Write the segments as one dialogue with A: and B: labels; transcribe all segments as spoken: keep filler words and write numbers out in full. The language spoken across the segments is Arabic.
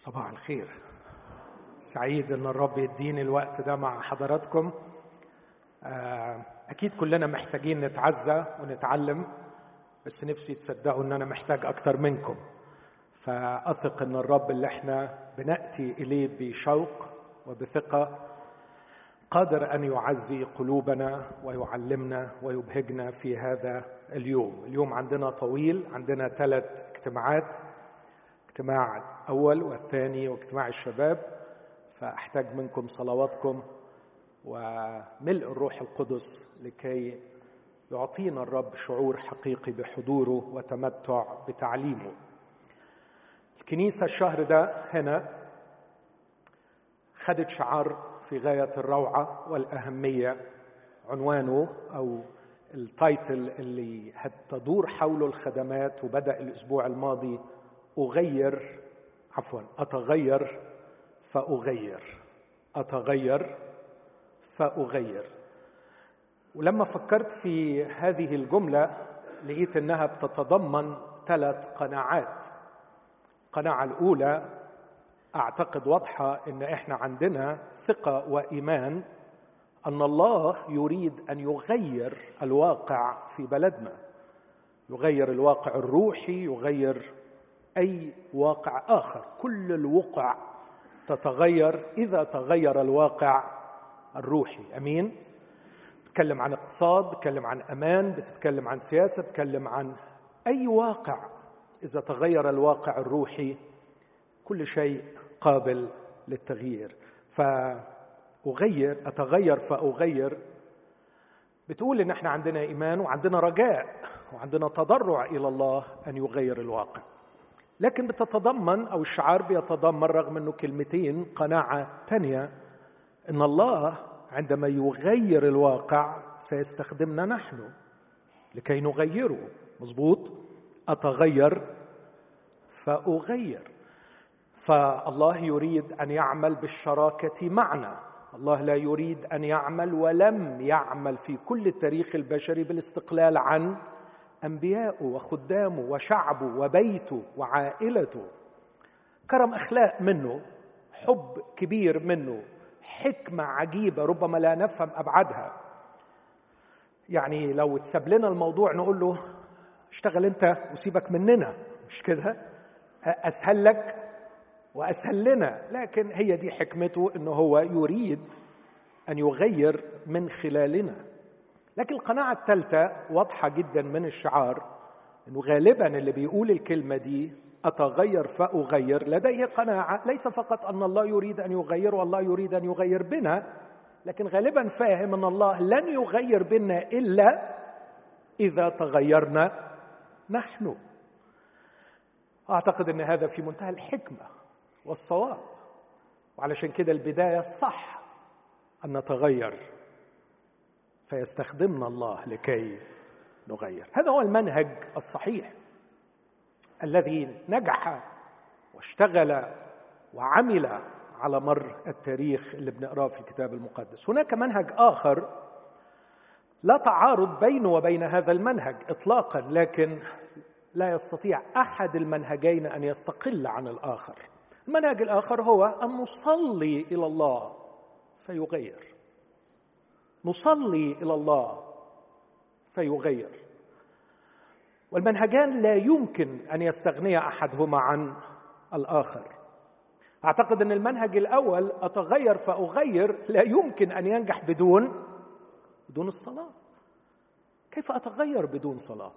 A: صباح الخير. سعيد ان الرب يديني الوقت ده مع حضراتكم. اكيد كلنا محتاجين نتعزى ونتعلم، بس نفسي تصدقوا ان انا محتاج اكتر منكم. فاثق ان الرب اللي احنا بناتي اليه بشوق وبثقه قادر ان يعزي قلوبنا ويعلمنا ويبهجنا في هذا اليوم. اليوم عندنا طويل، عندنا ثلاث اجتماعات، اجتماع الأول والثاني واجتماع الشباب، فأحتاج منكم صلواتكم وملء الروح القدس لكي يعطينا الرب شعور حقيقي بحضوره وتمتع بتعليمه. الكنيسة الشهر ده هنا خدت شعار في غاية الروعة والأهمية، عنوانه أو التايتل اللي هتدور حوله الخدمات، وبدأ الأسبوع الماضي أغير عفوا أتغير فأغير أتغير فأغير. ولما فكرت في هذه الجملة لقيت أنها بتتضمن ثلاث قناعات. القناعة الأولى أعتقد واضحة، أن إحنا عندنا ثقة وإيمان أن الله يريد أن يغير الواقع في بلدنا، يغير الواقع الروحي، يغير أي واقع آخر. كل الوقع تتغير إذا تغير الواقع الروحي. أمين؟ بتكلم عن اقتصاد، بتكلم عن أمان، بتتكلم عن سياسة، بتكلم عن أي واقع. إذا تغير الواقع الروحي كل شيء قابل للتغيير. فأغير أتغير فأغير بتقول إن احنا عندنا إيمان وعندنا رجاء وعندنا تضرع إلى الله أن يغير الواقع. لكن بتتضمن أو الشعار بيتضمن رغم أنه كلمتين قناعة تانية، أن الله عندما يغير الواقع سيستخدمنا نحن لكي نغيره. مظبوط؟ أتغير فأغير. فالله يريد أن يعمل بالشراكة معنا. الله لا يريد أن يعمل ولم يعمل في كل التاريخ البشري بالاستقلال عن أنبياءه وخدامه وشعبه وبيته وعائلته. كرم أخلاق منه، حب كبير منه، حكمة عجيبة ربما لا نفهم أبعادها. يعني لو تساب لنا الموضوع نقول له اشتغل أنت وسيبك مننا، مش كده؟ أسهل لك وأسهل لنا. لكن هي دي حكمته، إنه هو يريد أن يغير من خلالنا. لكن القناعة الثالثة واضحة جدا من الشعار، أنه غالبا اللي بيقول الكلمة دي أتغير فأغير لديه قناعة ليس فقط أن الله يريد أن يغير والله يريد أن يغير بنا، لكن غالبا فاهم أن الله لن يغير بنا إلا إذا تغيرنا نحن. أعتقد أن هذا في منتهى الحكمة والصواب، وعلشان كده البداية الصح أن نتغير فيستخدمنا الله لكي نغير. هذا هو المنهج الصحيح الذي نجح واشتغل وعمل على مر التاريخ اللي بنقراه في الكتاب المقدس. هناك منهج آخر لا تعارض بينه وبين هذا المنهج إطلاقا، لكن لا يستطيع أحد المنهجين أن يستقل عن الآخر. المنهج الآخر هو أن نصلي إلى الله فيغير. نصلي إلى الله فيغير. والمنهجان لا يمكن أن يستغني أحدهما عن الآخر. أعتقد أن المنهج الأول أتغير فأغير لا يمكن أن ينجح بدون بدون الصلاة. كيف أتغير بدون صلاة؟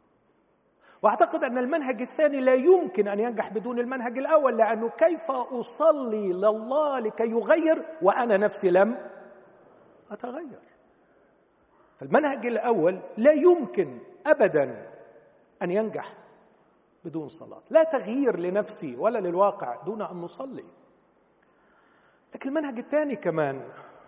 A: وأعتقد أن المنهج الثاني لا يمكن أن ينجح بدون المنهج الأول، لأنه كيف أصلي لله لكي يغير وأنا نفسي لم أتغير؟ فالمنهج الأول لا يمكن أبداً أن ينجح بدون صلاة. لا تغيير لنفسي ولا للواقع دون أن نصلي. لكن المنهج الثاني كمان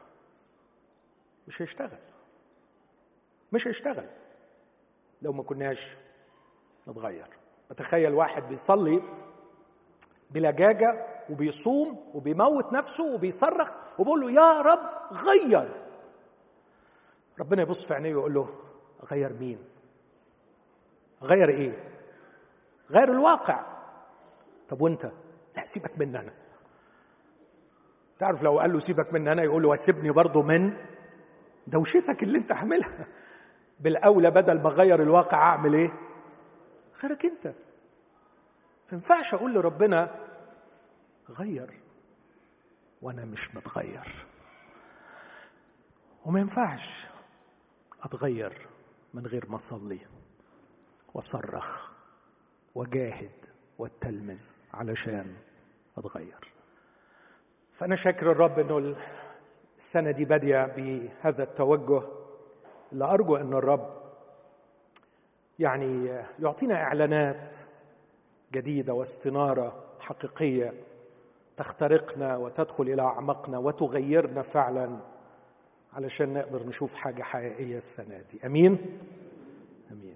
A: مش هيشتغل مش هيشتغل لو ما كناش نتغير. بتخيل واحد بيصلي بلجاجة وبيصوم وبيموت نفسه وبيصرخ وبيقول له يا رب غير. ربنا يبص في عينيه ويقول له غير مين؟ غير ايه؟ غير الواقع. طب وانت لا سيبك من انا. تعرف لو قال له سيبك من انا يقول له وسيبني برضه من دوشتك اللي انت عاملها. بالاولى بدل ما اغير الواقع اعمل ايه؟ خيرك انت. ما ينفعش اقول لربنا غير وانا مش متغير، وما ينفعش اتغير من غير ما اصلي واصرخ وجاهد واتلمذ علشان اتغير. فانا شاكر الرب انه السنه دي باديه بهذا التوجه اللي ارجو ان الرب يعني يعطينا اعلانات جديده واستناره حقيقيه تخترقنا وتدخل الى اعماقنا وتغيرنا فعلا علشان نقدر نشوف حاجه حقيقيه السنه دي. امين امين.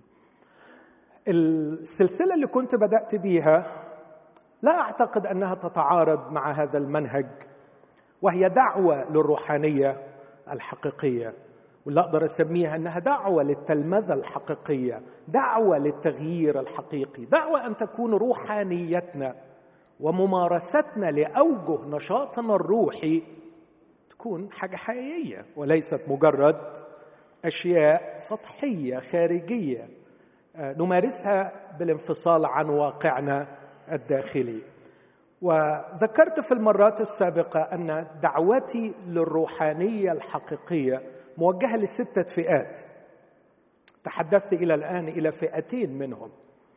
A: السلسله اللي كنت بدات بيها لا اعتقد انها تتعارض مع هذا المنهج، وهي دعوه للروحانيه الحقيقيه، واللي اقدر اسميها انها دعوه للتلمذه الحقيقيه، دعوه للتغيير الحقيقي، دعوه ان تكون روحانيتنا وممارستنا لاوجه نشاطنا الروحي تكون حاجه حقيقيه وليست مجرد اشياء سطحيه خارجيه نمارسها بالانفصال عن واقعنا الداخلي. وذكرت في المرات السابقه ان دعوتي للروحانيه الحقيقيه موجهه لسته فئات. تحدثت الى الان الى فئتين منهم.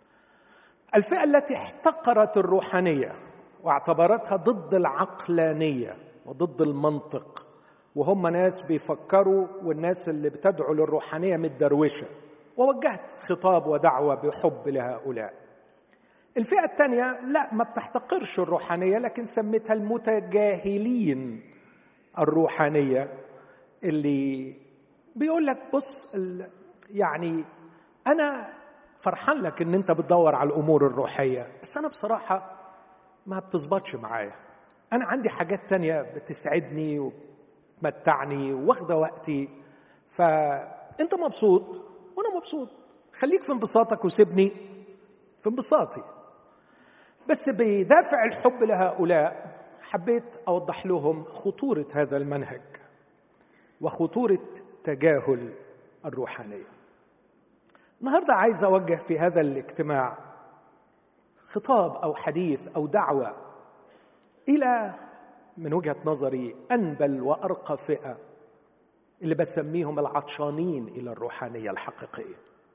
A: الفئه التي احتقرت الروحانيه واعتبرتها ضد العقلانيه وضد المنطق، وهم ناس بيفكروا والناس اللي بتدعو للروحانيه متدروشه، ووجهت خطاب ودعوه بحب لهؤلاء. الفئه الثانيه لا، ما بتحتقرش الروحانيه، لكن سميتها المتجاهلين الروحانيه، اللي بيقول لك بص يعني انا فرحان لك ان انت بتدور على الامور الروحيه، بس انا بصراحه ما بتظبطش معايا، انا عندي حاجات تانية بتسعدني وتمتعني واخده وقتي، فانت مبسوط وانا مبسوط، خليك في انبساطك وسيبني في انبساطي. بس بدافع الحب لهؤلاء حبيت اوضح لهم خطوره هذا المنهج وخطوره تجاهل الروحانيه. النهارده عايز اوجه في هذا الاجتماع خطاب او حديث او دعوه الى من وجهه نظري انبل وارقى فئه، اللي بسميهم العطشانين الى الروحانيه الحقيقيه.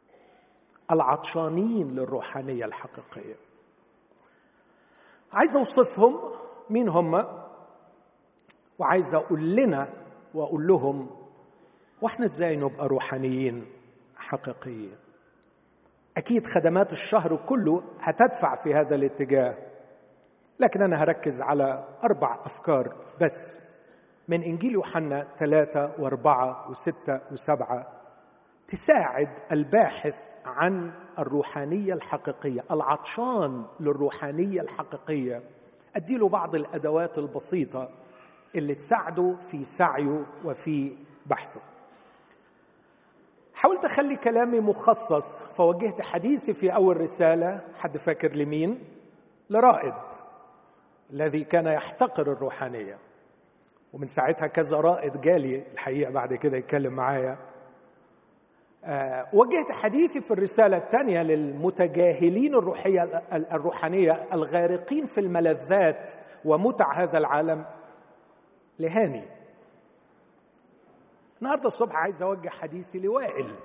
A: العطشانين للروحانيه الحقيقيه. عايز اوصفهم مين هم، وعايز اقول لنا واقول لهم واحنا ازاي نبقى روحانيين حقيقيين. اكيد خدمات الشهر كله هتدفع في هذا الاتجاه، لكن انا هركز على اربع افكار بس من انجيل يوحنا ثلاثة واربعة وستة وسبعة تساعد الباحث عن الروحانية الحقيقية، العطشان للروحانية الحقيقية، اديله بعض الادوات البسيطة اللي تساعده في سعيه وفي بحثه. حاولت أخلي كلامي مخصص، فوجهت حديثي في أول رسالة، حد فاكر لمين؟ لرائد الذي كان يحتقر الروحانية، ومن ساعتها كذا رائد جالي الحقيقة بعد كده يتكلم معايا. أه وجهت حديثي في الرسالة الثانية للمتجاهلين الروحية الروحانية الغارقين في الملذات ومتع هذا العالم لهاني. النهارده الصبح عايز اوجه حديثي لوائل،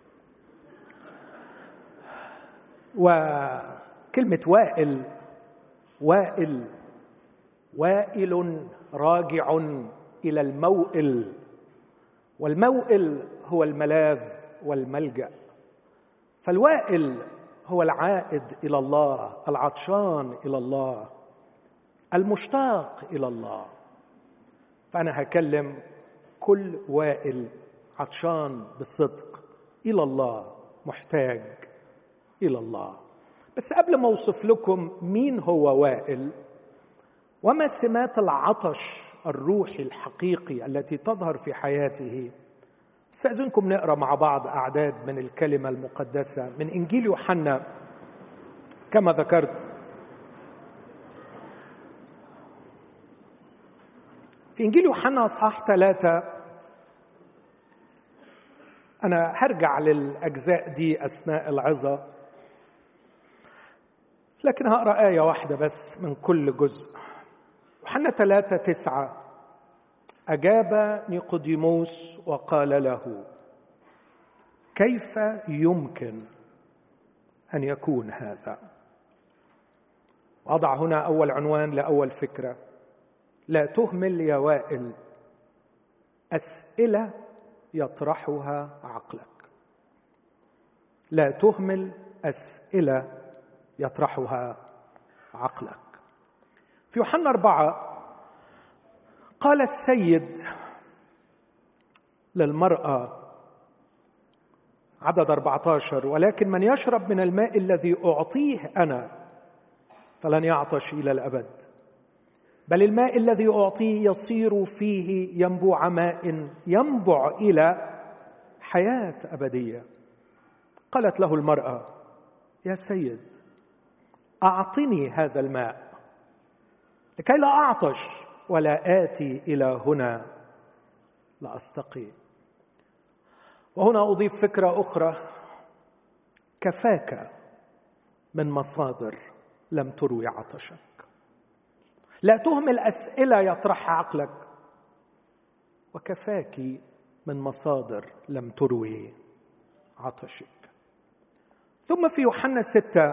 A: وكلمة وائل وائل وائل راجع إلى الموئل، والموئل هو الملاذ والملجأ، فالوائل هو العائد إلى الله، العطشان إلى الله، المشتاق إلى الله. فأنا هكلم كل وائل عطشان بالصدق إلى الله، محتاج إلى الله. بس قبل ما أوصف لكم مين هو وائل وما سمات العطش الروحي الحقيقي التي تظهر في حياته، استأذنكم نقرأ مع بعض أعداد من الكلمة المقدسة من إنجيل يوحنا كما ذكرت في إنجيل يوحنا أصحاح ثلاثة، أنا هرجع للأجزاء دي أثناء العظة، لكن هقرأ آية واحدة بس من كل جزء. يوحنا ثلاثة تسعة: أجاب نيقوديموس وقال له: كيف يمكن أن يكون هذا؟ وأضع هنا أول عنوان لأول فكرة: لا تهمل يا وائل أسئلة يطرحها عقلك. لا تهمل أسئلة يطرحها عقلك. في يوحنا أربعة قال السيد للمرأة، عدد أربعة عشر: ولكن من يشرب من الماء الذي أعطيه أنا فلن يعطش إلى الأبد، بل الماء الذي أعطيه يصير فيه ينبوع ماء ينبع إلى حياة أبدية. قالت له المرأة: يا سيد، أعطني هذا الماء لكي لا أعطش ولا آتي إلى هنا لأستقي. وهنا أضيف فكرة أخرى: كفاك من مصادر لم تروي عطشك. لا تهمل أسئلة يطرحها عقلك، وكفاك من مصادر لم تروي عطشك. ثم في يوحنا ستة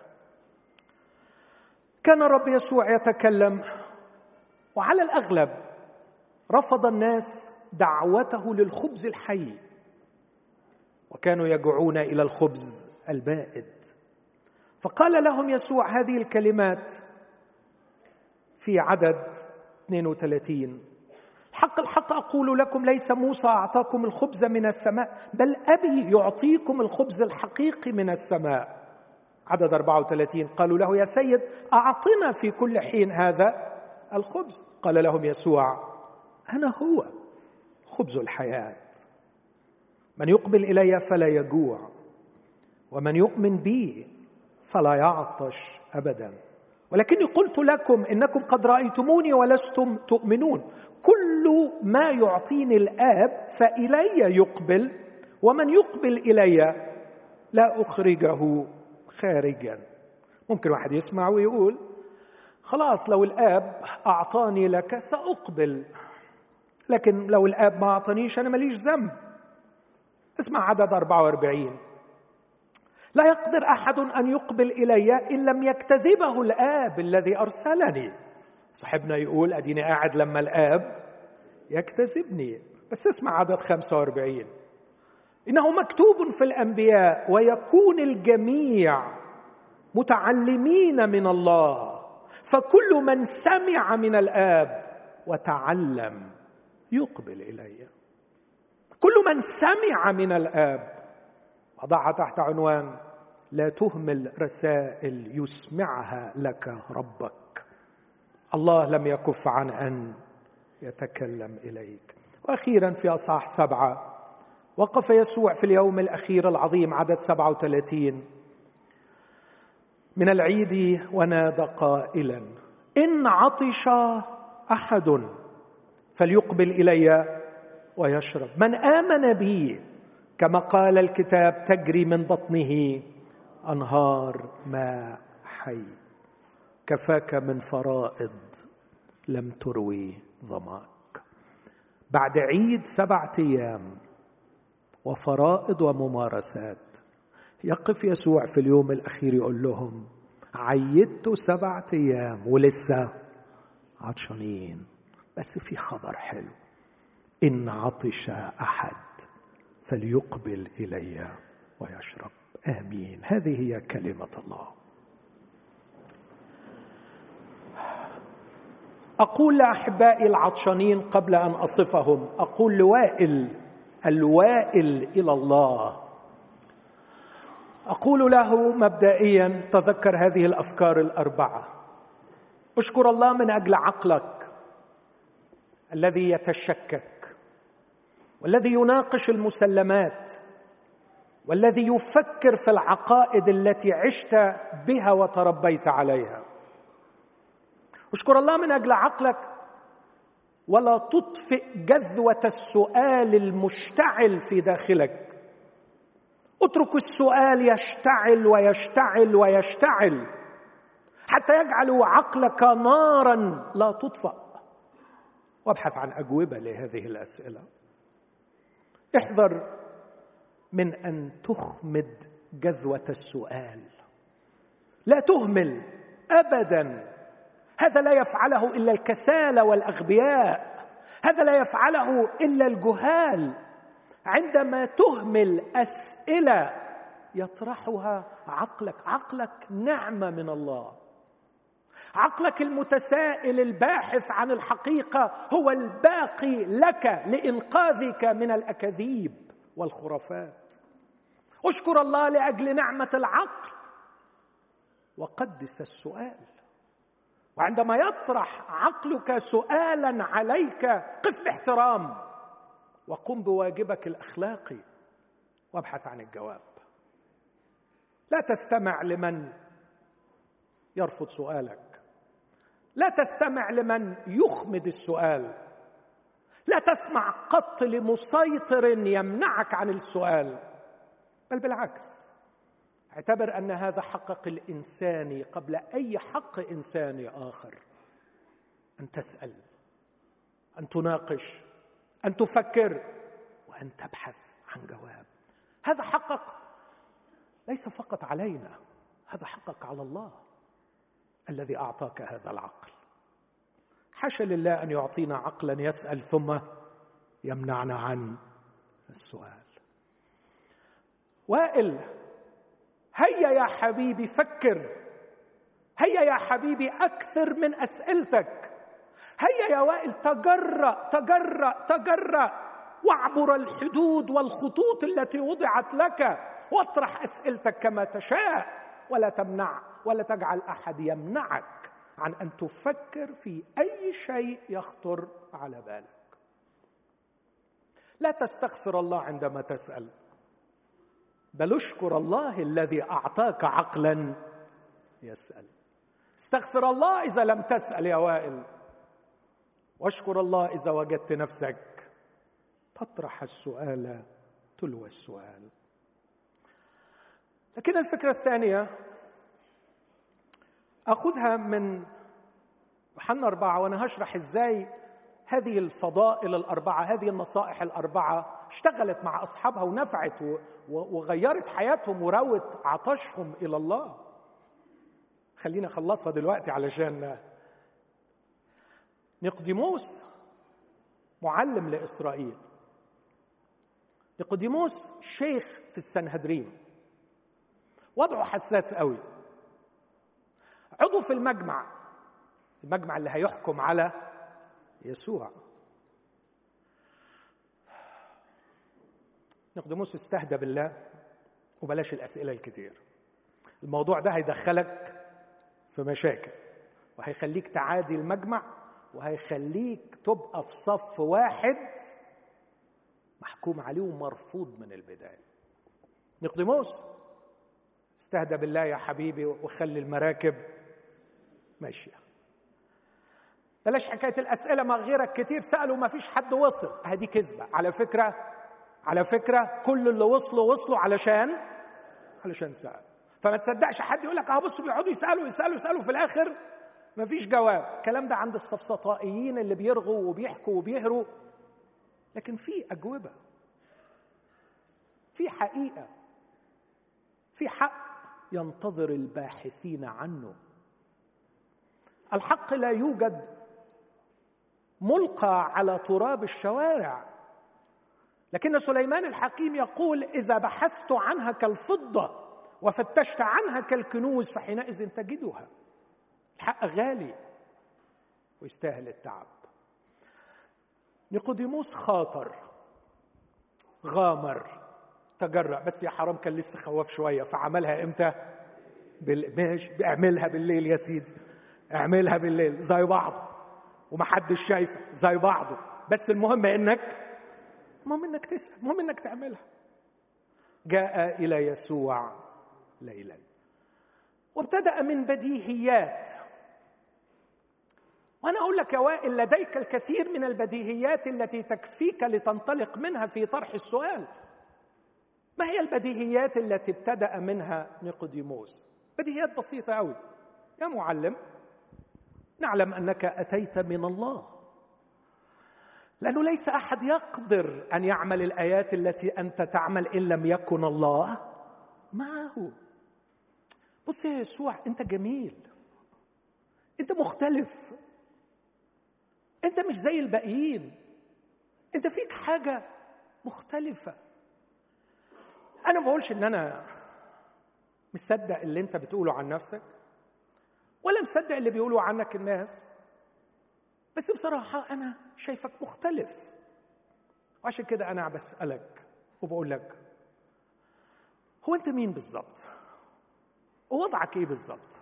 A: كان الرب يسوع يتكلم، وعلى الأغلب رفض الناس دعوته للخبز الحي، وكانوا يجوعون إلى الخبز البائد. فقال لهم يسوع هذه الكلمات في عدد اثنين وثلاثين: الحق الحق أقول لكم، ليس موسى أعطاكم الخبز من السماء، بل أبي يعطيكم الخبز الحقيقي من السماء. عدد أربعة وثلاثين: قالوا له: يا سيد، أعطنا في كل حين هذا الخبز. قال لهم يسوع: أنا هو خبز الحياة، من يقبل إلي فلا يجوع، ومن يؤمن بي فلا يعطش أبدا. ولكني قلت لكم إنكم قد رأيتموني ولستم تؤمنون. كل ما يعطيني الآب فإلي يقبل، ومن يقبل إلي لا أخرجه خارجا. ممكن واحد يسمع ويقول: خلاص، لو الآب أعطاني لك سأقبل، لكن لو الآب ما أعطانيش أنا ماليش ذنب. اسمع عدد أربعة وأربعين: لا يقدر أحد أن يقبل إلي إن لم يكتذبه الآب الذي أرسلني. صاحبنا يقول: أديني قاعد لما الآب يكتذبني. بس اسمع عدد خمسة وأربعين: إنه مكتوب في الأنبياء: ويكون الجميع متعلمين من الله، فكل من سمع من الآب وتعلم يقبل إلي. كل من سمع من الآب. أضعها تحت عنوان: لا تهمل رسائل يسمعها لك ربك. الله لم يكف عن أن يتكلم إليك. وأخيرا في أصحاح سبعة وقف يسوع في اليوم الأخير العظيم، عدد سبعة وثلاثين، من العيد، ونادى قائلا: إن عطش أحد فليقبل إلي ويشرب. من آمن بي كما قال الكتاب تجري من بطنه أنهار ماء حي. كفاك من فرائض لم تروي ظماك. بعد عيد سبعة أيام وفرائض وممارسات، يقف يسوع في اليوم الأخير يقول لهم: عيدت سبعة أيام ولسه عطشانين، بس في خبر حلو: إن عطش أحد فليقبل إلي ويشرب. آمين. هذه هي كلمة الله. أقول لأحبائي العطشانين قبل أن أصفهم، أقول لوائل الوائل إلى الله، أقول له مبدئيا: تذكر هذه الأفكار الأربعة. أشكر الله من أجل عقلك الذي يتشكك، والذي يناقش المسلمات، والذي يفكر في العقائد التي عشت بها وتربيت عليها. أشكر الله من أجل عقلك ولا تطفئ جذوة السؤال المشتعل في داخلك. اترك السؤال يشتعل ويشتعل ويشتعل حتى يجعل عقلك نارا لا تطفأ، وابحث عن أجوبة لهذه الأسئلة. احذر من أن تخمد جذوة السؤال، لا تهمل أبدا. هذا لا يفعله إلا الكسالى والأغبياء، هذا لا يفعله إلا الجهال. عندما تهمل أسئلة يطرحها عقلك، عقلك نعمة من الله، عقلك المتسائل الباحث عن الحقيقة هو الباقي لك لإنقاذك من الأكاذيب والخرافات. أشكر الله لأجل نعمة العقل وقدس السؤال. وعندما يطرح عقلك سؤالا عليك قف باحترام وقم بواجبك الأخلاقي وابحث عن الجواب. لا تستمع لمن يرفض سؤالك، لا تستمع لمن يخمد السؤال، لا تسمع قط لمسيطر يمنعك عن السؤال، بل بالعكس اعتبر أن هذا حقك الإنساني قبل أي حق إنساني آخر، أن تسأل، أن تناقش، أن تفكر، وأن تبحث عن جواب. هذا حقك ليس فقط علينا، هذا حقك على الله الذي أعطاك هذا العقل. حاشا لله أن يعطينا عقلا يسأل ثم يمنعنا عن السؤال. وائل، هيا يا حبيبي فكر، هيا يا حبيبي أكثر من أسئلتك، هيا يا وائل تجرأ تجرأ تجرأ واعبر الحدود والخطوط التي وضعت لك واطرح أسئلتك كما تشاء، ولا تمنع ولا تجعل أحد يمنعك عن أن تفكر في أي شيء يخطر على بالك. لا تستغفر الله عندما تسأل، بل اشكر الله الذي أعطاك عقلا يسأل. استغفر الله إذا لم تسأل يا وائل، واشكر الله إذا وجدت نفسك تطرح السؤال تلو السؤال. لكن الفكرة الثانية أخذها من يوحنا أربعة، وأنا هشرح إزاي هذه الفضائل الأربعة، هذه النصائح الأربعة اشتغلت مع أصحابها ونفعت وغيرت حياتهم وروت عطشهم إلى الله. خلينا نخلصها دلوقتي علشان نيقوديموس معلم لإسرائيل. نيقوديموس شيخ في السنهدرين، وضعه حساس قوي، عضو في المجمع، المجمع اللي هيحكم على يسوع. نيقوديموس استهدى بالله، وبلاش الأسئلة الكتير. الموضوع ده هيدخلك في مشاكل، وهيخليك تعادي المجمع، وهيخليك تبقى في صف واحد محكوم عليه ومرفوض من البداية. نيقوديموس استهدى بالله يا حبيبي وخلي المراكب ماشية. بلاش حكاية الأسئلة، ما غيرك كتير سألوا ما فيش حد وصل، هذه كذبة. على فكرة على فكرة كل اللي وصلوا وصلوا علشان علشان سأل. فما تصدقش حد يقول لك اه بصوا بيقعدوا يسألوا يسألوا يسألوا في الآخر ما فيش جواب. الكلام ده عند السفسطائيين اللي بيرغوا وبيحكوا وبيهروا، لكن في أجوبة، في حقيقة، في حق ينتظر الباحثين عنه. الحق لا يوجد ملقى على تراب الشوارع، لكن سليمان الحكيم يقول إذا بحثت عنها كالفضة وفتشت عنها كالكنوز فحينئذ تجدها. الحق غالي ويستاهل التعب. نيقوديموس خاطر، غامر، تجرأ، بس يا حرام كان لسه خواف شوية، فعملها امتى؟ ماشي، اعملها بالليل يا سيدي، اعملها بالليل زي بعضه ومحدش شايفه زي بعضه، بس المهم انك المهم انك تسأل، المهم انك تعملها. جاء إلى يسوع ليلا وابتدأ من بديهيات. وأنا أقول لك يا وائل، لديك الكثير من البديهيات التي تكفيك لتنطلق منها في طرح السؤال. ما هي البديهيات التي ابتدأ منها نيقوديموس؟ بديهيات بسيطة أوي. يا معلم، نعلم أنك أتيت من الله، لأنه ليس أحد يقدر أن يعمل الآيات التي أنت تعمل إن لم يكن الله معه. بص يا يسوع، أنت جميل، أنت مختلف، أنت مش زي الباقيين، أنت فيك حاجة مختلفة. أنا ما بقولش إن أنا مصدق اللي أنت بتقوله عن نفسك، ولا مصدق اللي بيقولوا عنك الناس، بس بصراحة أنا شايفك مختلف. وعشان كده أنا بسألك وبقول لك، هو أنت مين بالظبط؟ ووضعك إيه بالظبط؟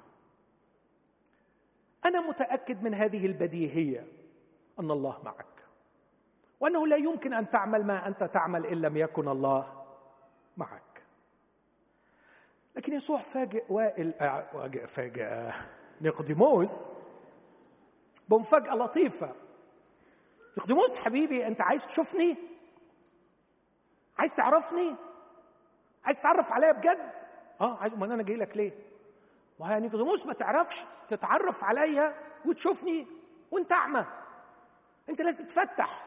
A: أنا متأكد من هذه البديهية أن الله معك، وأنه لا يمكن أن تعمل ما أنت تعمل إن لم يكن الله معك. لكن يسوع فاجئ وائل آه فاجئ نيقوديموس بمفاجأة لطيفة. نيقوديموس حبيبي، أنت عايز تشوفني؟ عايز تعرفني؟ عايز تتعرف عليا بجد؟ اه عايز. ما انا جاي لك ليه؟ ويا نيقوديموس ما تعرفش تتعرف عليا وتشوفني وانت اعمى، انت لازم تفتح.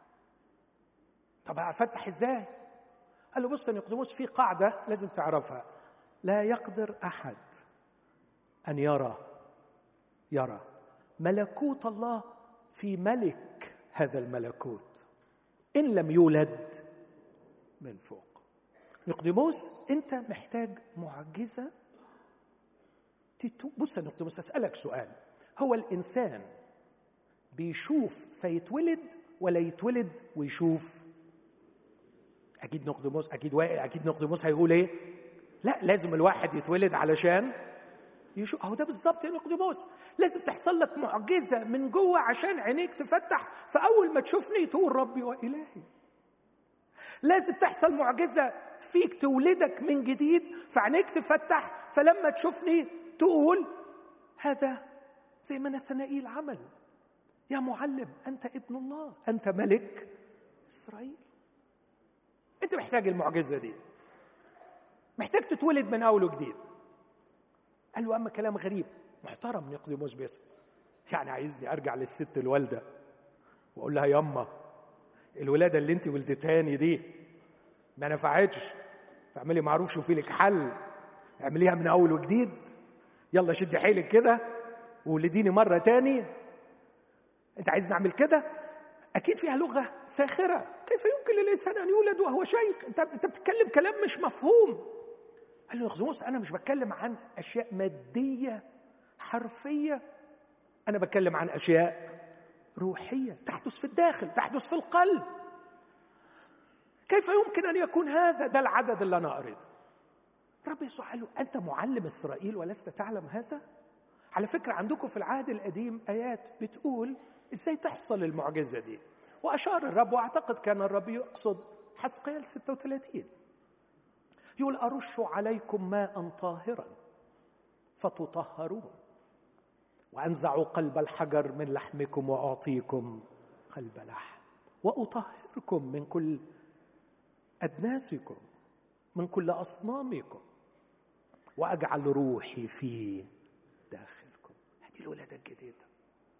A: طب افتح ازاي؟ قال له بص يا نيقوديموس، في قاعده لازم تعرفها: لا يقدر احد ان يرى يرى ملكوت الله في ملك هذا الملكوت ان لم يولد من فوق. نيقوديموس، انت محتاج معجزه. بص يا نيقوديموس، اسالك سؤال: هو الانسان بيشوف فيتولد ولا يتولد ويشوف؟ اكيد نيقوديموس، اكيد وائل، اكيد نيقوديموس هيقول ايه؟ لا، لازم الواحد يتولد علشان يشوف. اهو ده بالظبط يا نيقوديموس، لازم تحصل لك معجزه من جوه عشان عينيك تفتح، فاول ما تشوفني تقول ربي والهي. لازم تحصل معجزه فيك تولدك من جديد، فعينيك تفتح، فلما تشوفني تقول هذا زي ما نثنائيل عمل: يا معلم أنت ابن الله، أنت ملك إسرائيل. أنت محتاج المعجزة دي، محتاج تتولد من أول وجديد. قال له أما كلام غريب محترم نيقوديموس، بس يعني عايزني أرجع للست الوالدة وأقول لها يما الولادة اللي أنت ولدتاني دي ما نفعتش، فاعملي معروف، شوفي لك حل، اعمليها من أول وجديد، يلا شدي حيلك كده وولديني مرة تاني. أنت عايز نعمل كده؟ أكيد فيها لغة ساخرة. كيف يمكن للإنسان أن يولد وهو شيخ؟ أنت أنت بتتكلم كلام مش مفهوم. قال له نيقوديموس، أنا مش بتكلم عن أشياء مادية حرفية، أنا بتكلم عن أشياء روحية تحدث في الداخل، تحدث في القلب. كيف يمكن أن يكون هذا؟ ده العدد اللي أنا قريته. رب يسوع قال له أنت معلم إسرائيل ولست تعلم هذا؟ على فكرة عندكم في العهد القديم آيات بتقول إزاي تحصل المعجزة دي، وأشار الرب، وأعتقد كان الرب يقصد حزقيال ستة وثلاثين، يقول أرش عليكم ماء طاهرا فتطهرون، وأنزع قلب الحجر من لحمكم وأعطيكم قلب لحم، وأطهركم من كل أدناسكم، من كل أصنامكم، وأجعل روحي في داخلكم. هذه الولادة الجديدة.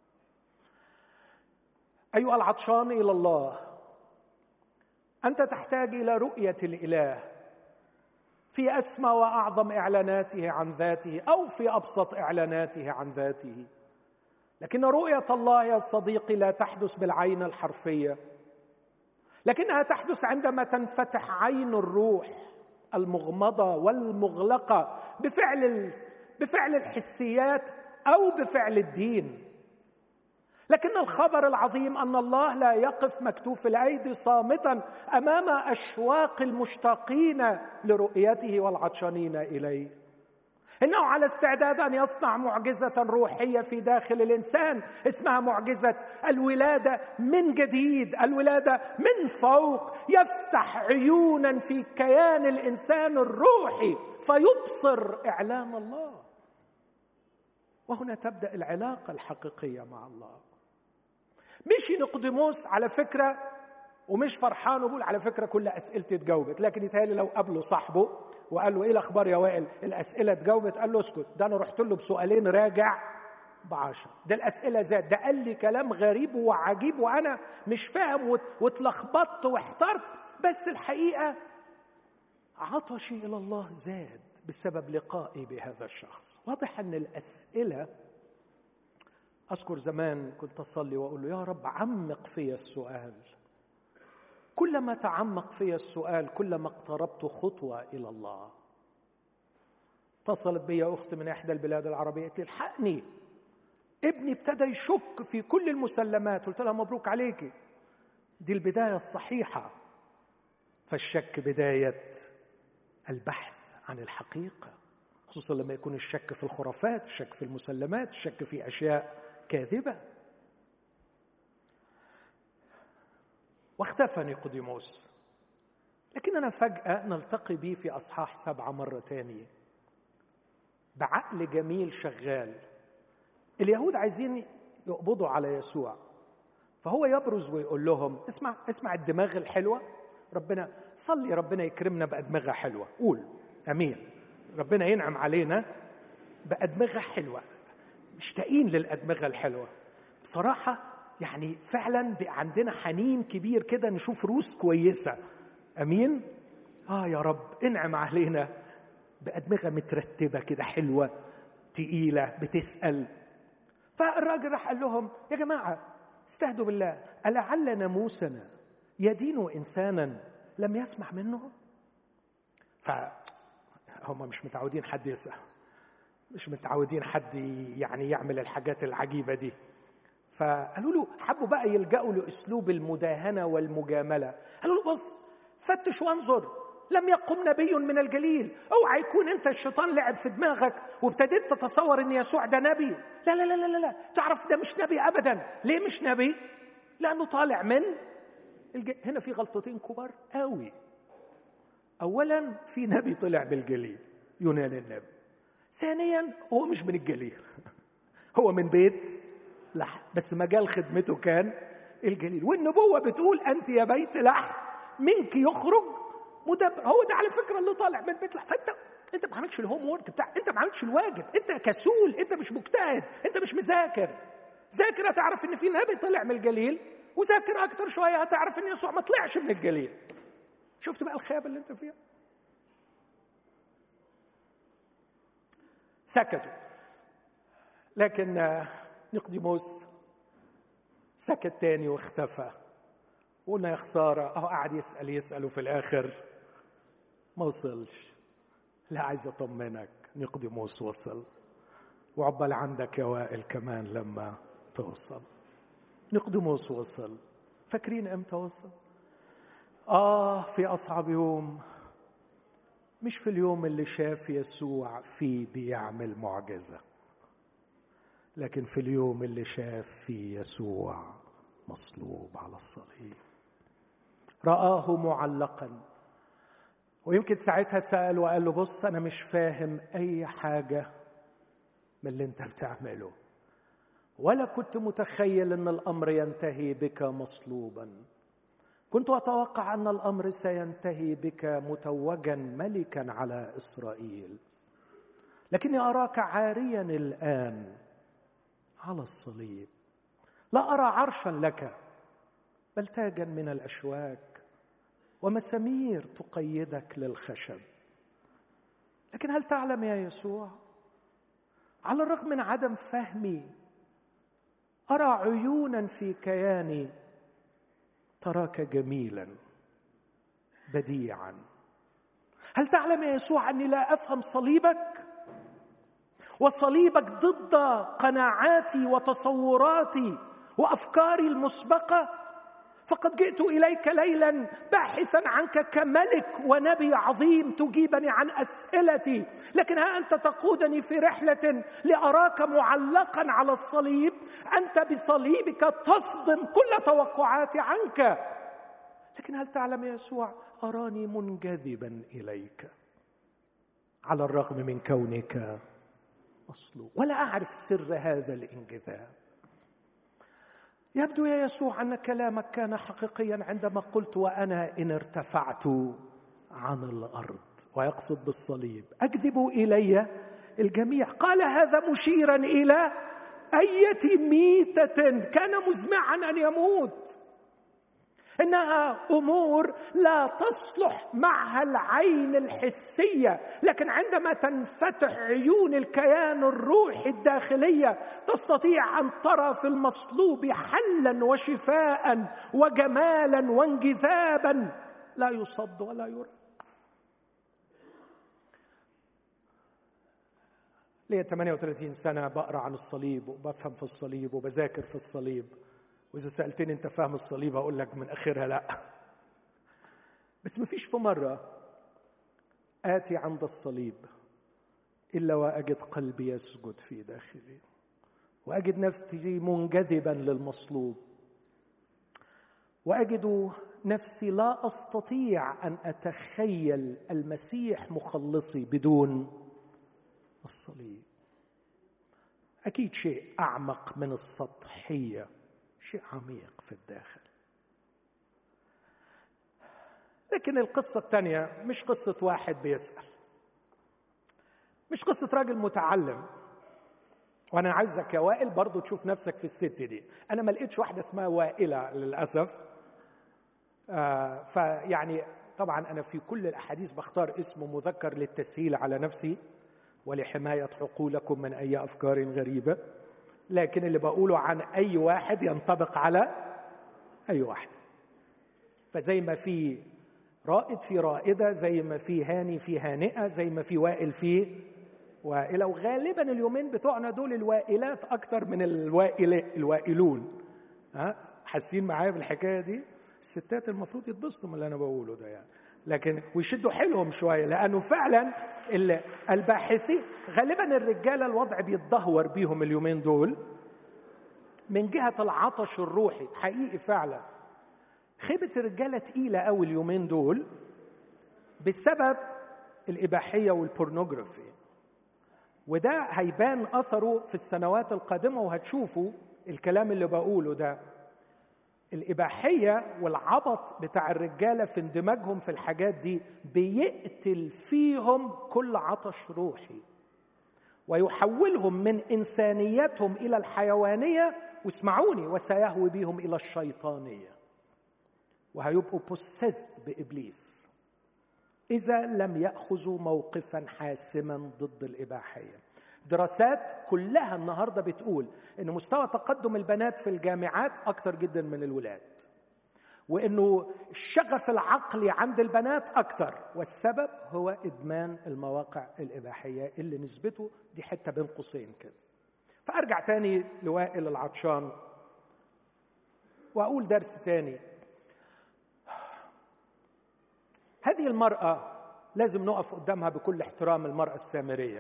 A: أيها العطشان إلى الله، أنت تحتاج إلى رؤية الإله في أسمى وأعظم إعلاناته عن ذاته أو في أبسط إعلاناته عن ذاته. لكن رؤية الله يا صديقي لا تحدث بالعين الحرفية، لكنها تحدث عندما تنفتح عين الروح المغمضة والمغلقة بفعل بفعل الحسيات أو بفعل الدين. لكن الخبر العظيم أن الله لا يقف مكتوف الأيدي صامتا أمام أشواق المشتاقين لرؤيته والعطشانين إليه، إنه على استعداد أن يصنع معجزة روحية في داخل الإنسان اسمها معجزة الولادة من جديد، الولادة من فوق، يفتح عيونا في كيان الإنسان الروحي فيبصر إعلان الله. وهنا تبدأ العلاقة الحقيقية مع الله. مش نيقوديموس على فكرة ومش فرحان وبقول على فكرة كل أسئلتي اتجاوبت، لكن يتهيألي لو قابله صاحبه وقال له إيه الأخبار يا وائل؟ الأسئلة اتجاوبت، قال له اسكت، ده أنا رحت له بسؤالين راجع بعشر، ده الأسئلة زاد، ده قال لي كلام غريب وعجيب وأنا مش فاهم واتلخبطت واحترت، بس الحقيقة عطشي إلى الله زاد بسبب لقائي بهذا الشخص. واضح أن الأسئلة، أذكر زمان كنت أصلي وأقول له يا رب عمق في السؤال، كلما تعمق في السؤال كلما اقتربت خطوة إلى الله. اتصلت بي أخت من إحدى البلاد العربية قالت لي الحقني، ابني ابتدى يشك في كل المسلمات. قلت لها مبروك عليكي، دي البداية الصحيحة. فالشك بداية البحث عن الحقيقة، خصوصا لما يكون الشك في الخرافات، الشك في المسلمات، الشك في أشياء كاذبة. واختفى نيقوديموس، لكننا فجأة نلتقي به في أصحاح سبعة مرة تانية بعقل جميل شغال. اليهود عايزين يقبضوا على يسوع، فهو يبرز ويقول لهم اسمع اسمع الدماغ الحلوة، ربنا صلي ربنا يكرمنا بأدمغة حلوة، قول أمين، ربنا ينعم علينا بأدمغة حلوة، مشتاقين للأدمغة الحلوة بصراحة. يعني فعلا بقى عندنا حنين كبير كده نشوف روس كويسة، أمين، آه يا رب انعم علينا بأدمغة مترتبة كده حلوة تقيلة بتسأل. فالراجل راح قال لهم يا جماعة استهدوا بالله، ألعل ناموسنا يدين إنسانا لم يسمع منه؟ فهم مش متعودين حد يسأل، مش متعودين حد يعني يعمل الحاجات العجيبة دي. فقالوا له، حبوا بقى يلجأوا لأسلوب المداهنة والمجاملة. قالوا له بص فتش وانظر، لم يقم نبي من الجليل، اوعى يكون انت الشيطان لعب في دماغك وابتديت تتصور ان يسوع ده نبي. لا لا لا لا لا، تعرف ده مش نبي ابدا. ليه مش نبي؟ لانه طالع من الج... هنا في غلطتين كبار قوي. اولا في نبي طلع بالجليل، يونان النبي. ثانيا هو مش من الجليل هو من بيت لحم، بس مجال خدمته كان الجليل، والنبوة بتقول أنت يا بيت لحم منك يخرج مدبر. هو ده على فكرة اللي طالع من بيت لحم. فأنت أنت ما عملتش الهوم وورك بتاع، أنت ما عملتش الواجب، أنت كسول، أنت مش مجتهد، أنت مش مذاكر. ذاكر هتعرف إن في نبي طلع من الجليل، وذاكر أكتر شوية هتعرف إن يسوع ما طلعش من الجليل. شفت بقى الخيابة اللي أنت فيها؟ سكتوا، لكن نيقوديموس سكت تاني واختفى. وقلنا يا خسارة، اهو قاعد يسأل يسأل وفي الآخر ما وصلش. لا، عايز أطمنك، نيقوديموس وصل، وعقبال عندك يا وائل كمان لما توصل. نيقوديموس وصل. فاكرين امتى وصل؟ آه في أصعب يوم، مش في اليوم اللي شاف يسوع فيه بيعمل معجزة، لكن في اليوم اللي شاف فيه يسوع مصلوب على الصليب، رآه معلقا. ويمكن ساعتها سأل وقال له بص أنا مش فاهم أي حاجة من اللي أنت بتعمله، ولا كنت متخيل أن الأمر ينتهي بك مصلوبا. كنت أتوقع أن الأمر سينتهي بك متوجا ملكا على إسرائيل، لكني أراك عاريا الآن على الصليب. لا أرى عرشا لك، بل تاجا من الأشواك ومسامير تقيدك للخشب. لكن هل تعلم يا يسوع، على الرغم من عدم فهمي أرى عيونا في كياني تراك جميلا بديعا. هل تعلم يا يسوع أني لا أفهم صليبك، وصليبك ضد قناعاتي وتصوراتي وأفكاري المسبقة؟ فقد جئت إليك ليلا باحثا عنك كملك ونبي عظيم تجيبني عن أسئلتي، لكن ها أنت تقودني في رحلة لأراك معلقا على الصليب. أنت بصليبك تصدم كل توقعاتي عنك. لكن هل تعلم يا يسوع أراني منجذبا إليك على الرغم من كونك مصلوب، ولا أعرف سر هذا الانجذاب. يبدو يا يسوع أن كلامك كان حقيقيا عندما قلت وأنا إن ارتفعت عن الأرض، ويقصد بالصليب، أكذب إلي الجميع. قال هذا مشيرا إلى أية ميتة كان مزمعا أن يموت. إنها أمور لا تصلح معها العين الحسية، لكن عندما تنفتح عيون الكيان الروحي الداخلية تستطيع أن ترى في المصلوب حلا وشفاء وجمالا وانجذابا لا يصد ولا يرد. لي ثمانية وثلاثين سنة بقرأ عن الصليب وبفهم في الصليب وبذاكر في الصليب، وإذا سألتني أنت فاهم الصليب أقول لك من آخرها لا. بس ما فيش في مرة آتي عند الصليب إلا وأجد قلبي يسجد في داخلي، وأجد نفسي منجذبا للمصلوب، وأجد نفسي لا أستطيع أن أتخيل المسيح مخلصي بدون الصليب. أكيد شيء أعمق من السطحية، شيء عميق في الداخل. لكن القصة الثانية مش قصة واحد بيسأل، مش قصة راجل متعلم. وأنا عايزك يا وائل برضو تشوف نفسك في الست دي. أنا ما لقيتش واحدة اسمها وائلة للأسف. آه فيعني طبعا أنا في كل الأحاديث بختار اسم مذكر للتسهيل على نفسي ولحماية عقولكم من أي أفكار غريبة، لكن اللي بقوله عن أي واحد ينطبق على أي واحد. فزي ما في رائد في رائدة، زي ما في هاني في هانئة، زي ما في وائل في وائلة. وغالبا اليومين بتوعنا دول الوائلات أكتر من الوائل الوائلون. ها حاسين معايا بالحكاية دي؟ الستات المفروض يتبسطوا من اللي أنا بقوله ده يعني، لكن ويشدوا حيلهم شوية، لأنه فعلا الباحثين غالبا الرجالة الوضع بيتدهور بيهم اليومين دول من جهة العطش الروحي. حقيقي فعلا خيبة الرجالة تقيلة قوي اليومين دول بسبب الإباحية والبورنوغرافي، وده هيبان أثره في السنوات القادمة، وهتشوفوا الكلام اللي بقوله ده. الإباحية والعبط بتاع الرجالة في اندماجهم في الحاجات دي بيقتل فيهم كل عطش روحي، ويحولهم من إنسانيتهم إلى الحيوانية، واسمعوني، وسيهوي بهم إلى الشيطانية، وهيبقوا possessed بإبليس إذا لم يأخذوا موقفا حاسما ضد الإباحية. دراسات كلها النهاردة بتقول إن مستوى تقدم البنات في الجامعات أكتر جدا من الولاد، وإنه الشغف العقلي عند البنات أكتر، والسبب هو إدمان المواقع الإباحية اللي نسبته دي حتة بين قوسين كده. فأرجع تاني لوائل العطشان وأقول درس تاني. هذه المرأة لازم نقف قدامها بكل احترام، المرأة السامرية،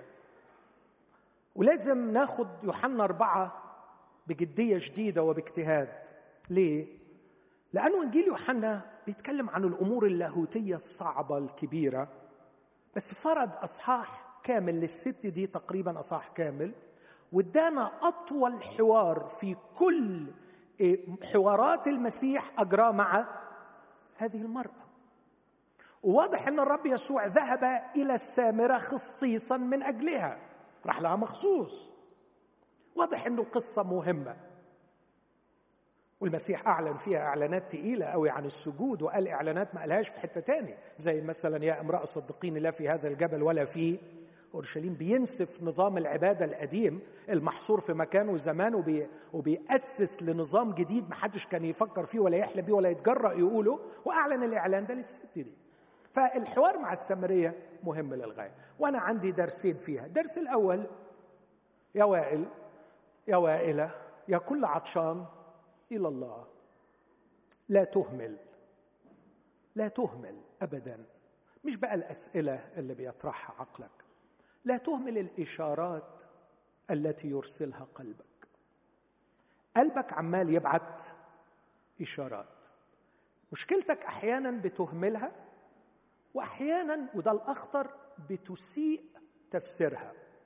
A: ولازم ناخد يوحنا أربعة بجدية شديدة وباجتهاد. ليه؟ لأنه إنجيل يوحنا بيتكلم عن الأمور اللاهوتية الصعبة الكبيرة، بس فرض أصحاح كامل للست دي، تقريبا أصحاح كامل، وادانا أطول حوار في كل حوارات المسيح أجراه مع هذه المرأة. وواضح أن الرب يسوع ذهب إلى السامرة خصيصا من أجلها، راح لها مخصوص. واضح أنه القصة مهمة، والمسيح أعلن فيها إعلانات تقيلة قوي عن السجود، وقال إعلانات ما قالهاش في حتة تاني، زي مثلا يا امرأة صدقيني لا في هذا الجبل ولا في أورشليم. بينسف نظام العبادة القديم المحصور في مكان وزمان، وبي وبيأسس لنظام جديد محدش كان يفكر فيه ولا يحلم بيه ولا يتجرأ يقوله، وأعلن الإعلان ده للست دي. فالحوار مع السامرية مهم للغاية، وأنا عندي درسين فيها. الدرس الأول، يا وائل يا وائلة يا كل عطشان إلى الله، لا تهمل، لا تهمل أبدا. مش بقى الأسئلة اللي بيطرحها عقلك، لا تهمل الإشارات التي يرسلها قلبك. قلبك عمال يبعت إشارات، مشكلتك أحيانا بتهملها، وأحيانا وده الأخطر بتسيء تفسيرها.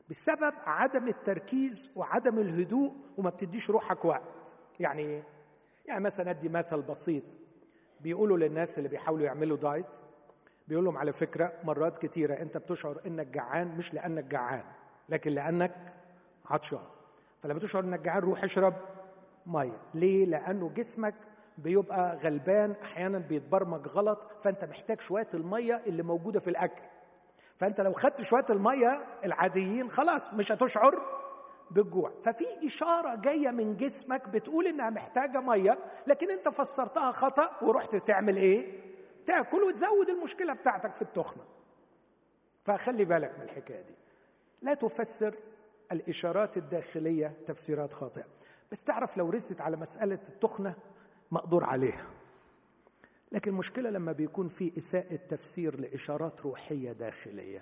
A: بسبب عدم التركيز وعدم الهدوء، وما بتديش روحك وقت. يعني ايه؟ يعني مثلا ادي مثل بسيط، بيقولوا للناس اللي بيحاولوا يعملوا دايت، بيقول لهم على فكرة مرات كتيرة انت بتشعر انك جعان مش لانك جعان، لكن لانك عطشان. فلما تشعر انك جعان روح اشرب ميه. ليه؟ لانه جسمك بيبقى غلبان، احيانا بيتبرمج غلط، فانت محتاج شويه الميه اللي موجوده في الاكل. فانت لو خدت شويه الميه العاديين خلاص مش هتشعر بالجوع. ففي اشاره جايه من جسمك بتقول انها محتاجه ميه، لكن انت فسرتها خطا ورحت تعمل ايه؟ تاكل وتزود المشكله بتاعتك في التخمه. فخلي بالك من الحكايه دي، لا تفسر الاشارات الداخليه تفسيرات خاطئه. بس تعرف لو رست على مساله التخنه مقدور عليها، لكن المشكله لما بيكون في اساءه تفسير لاشارات روحيه داخليه.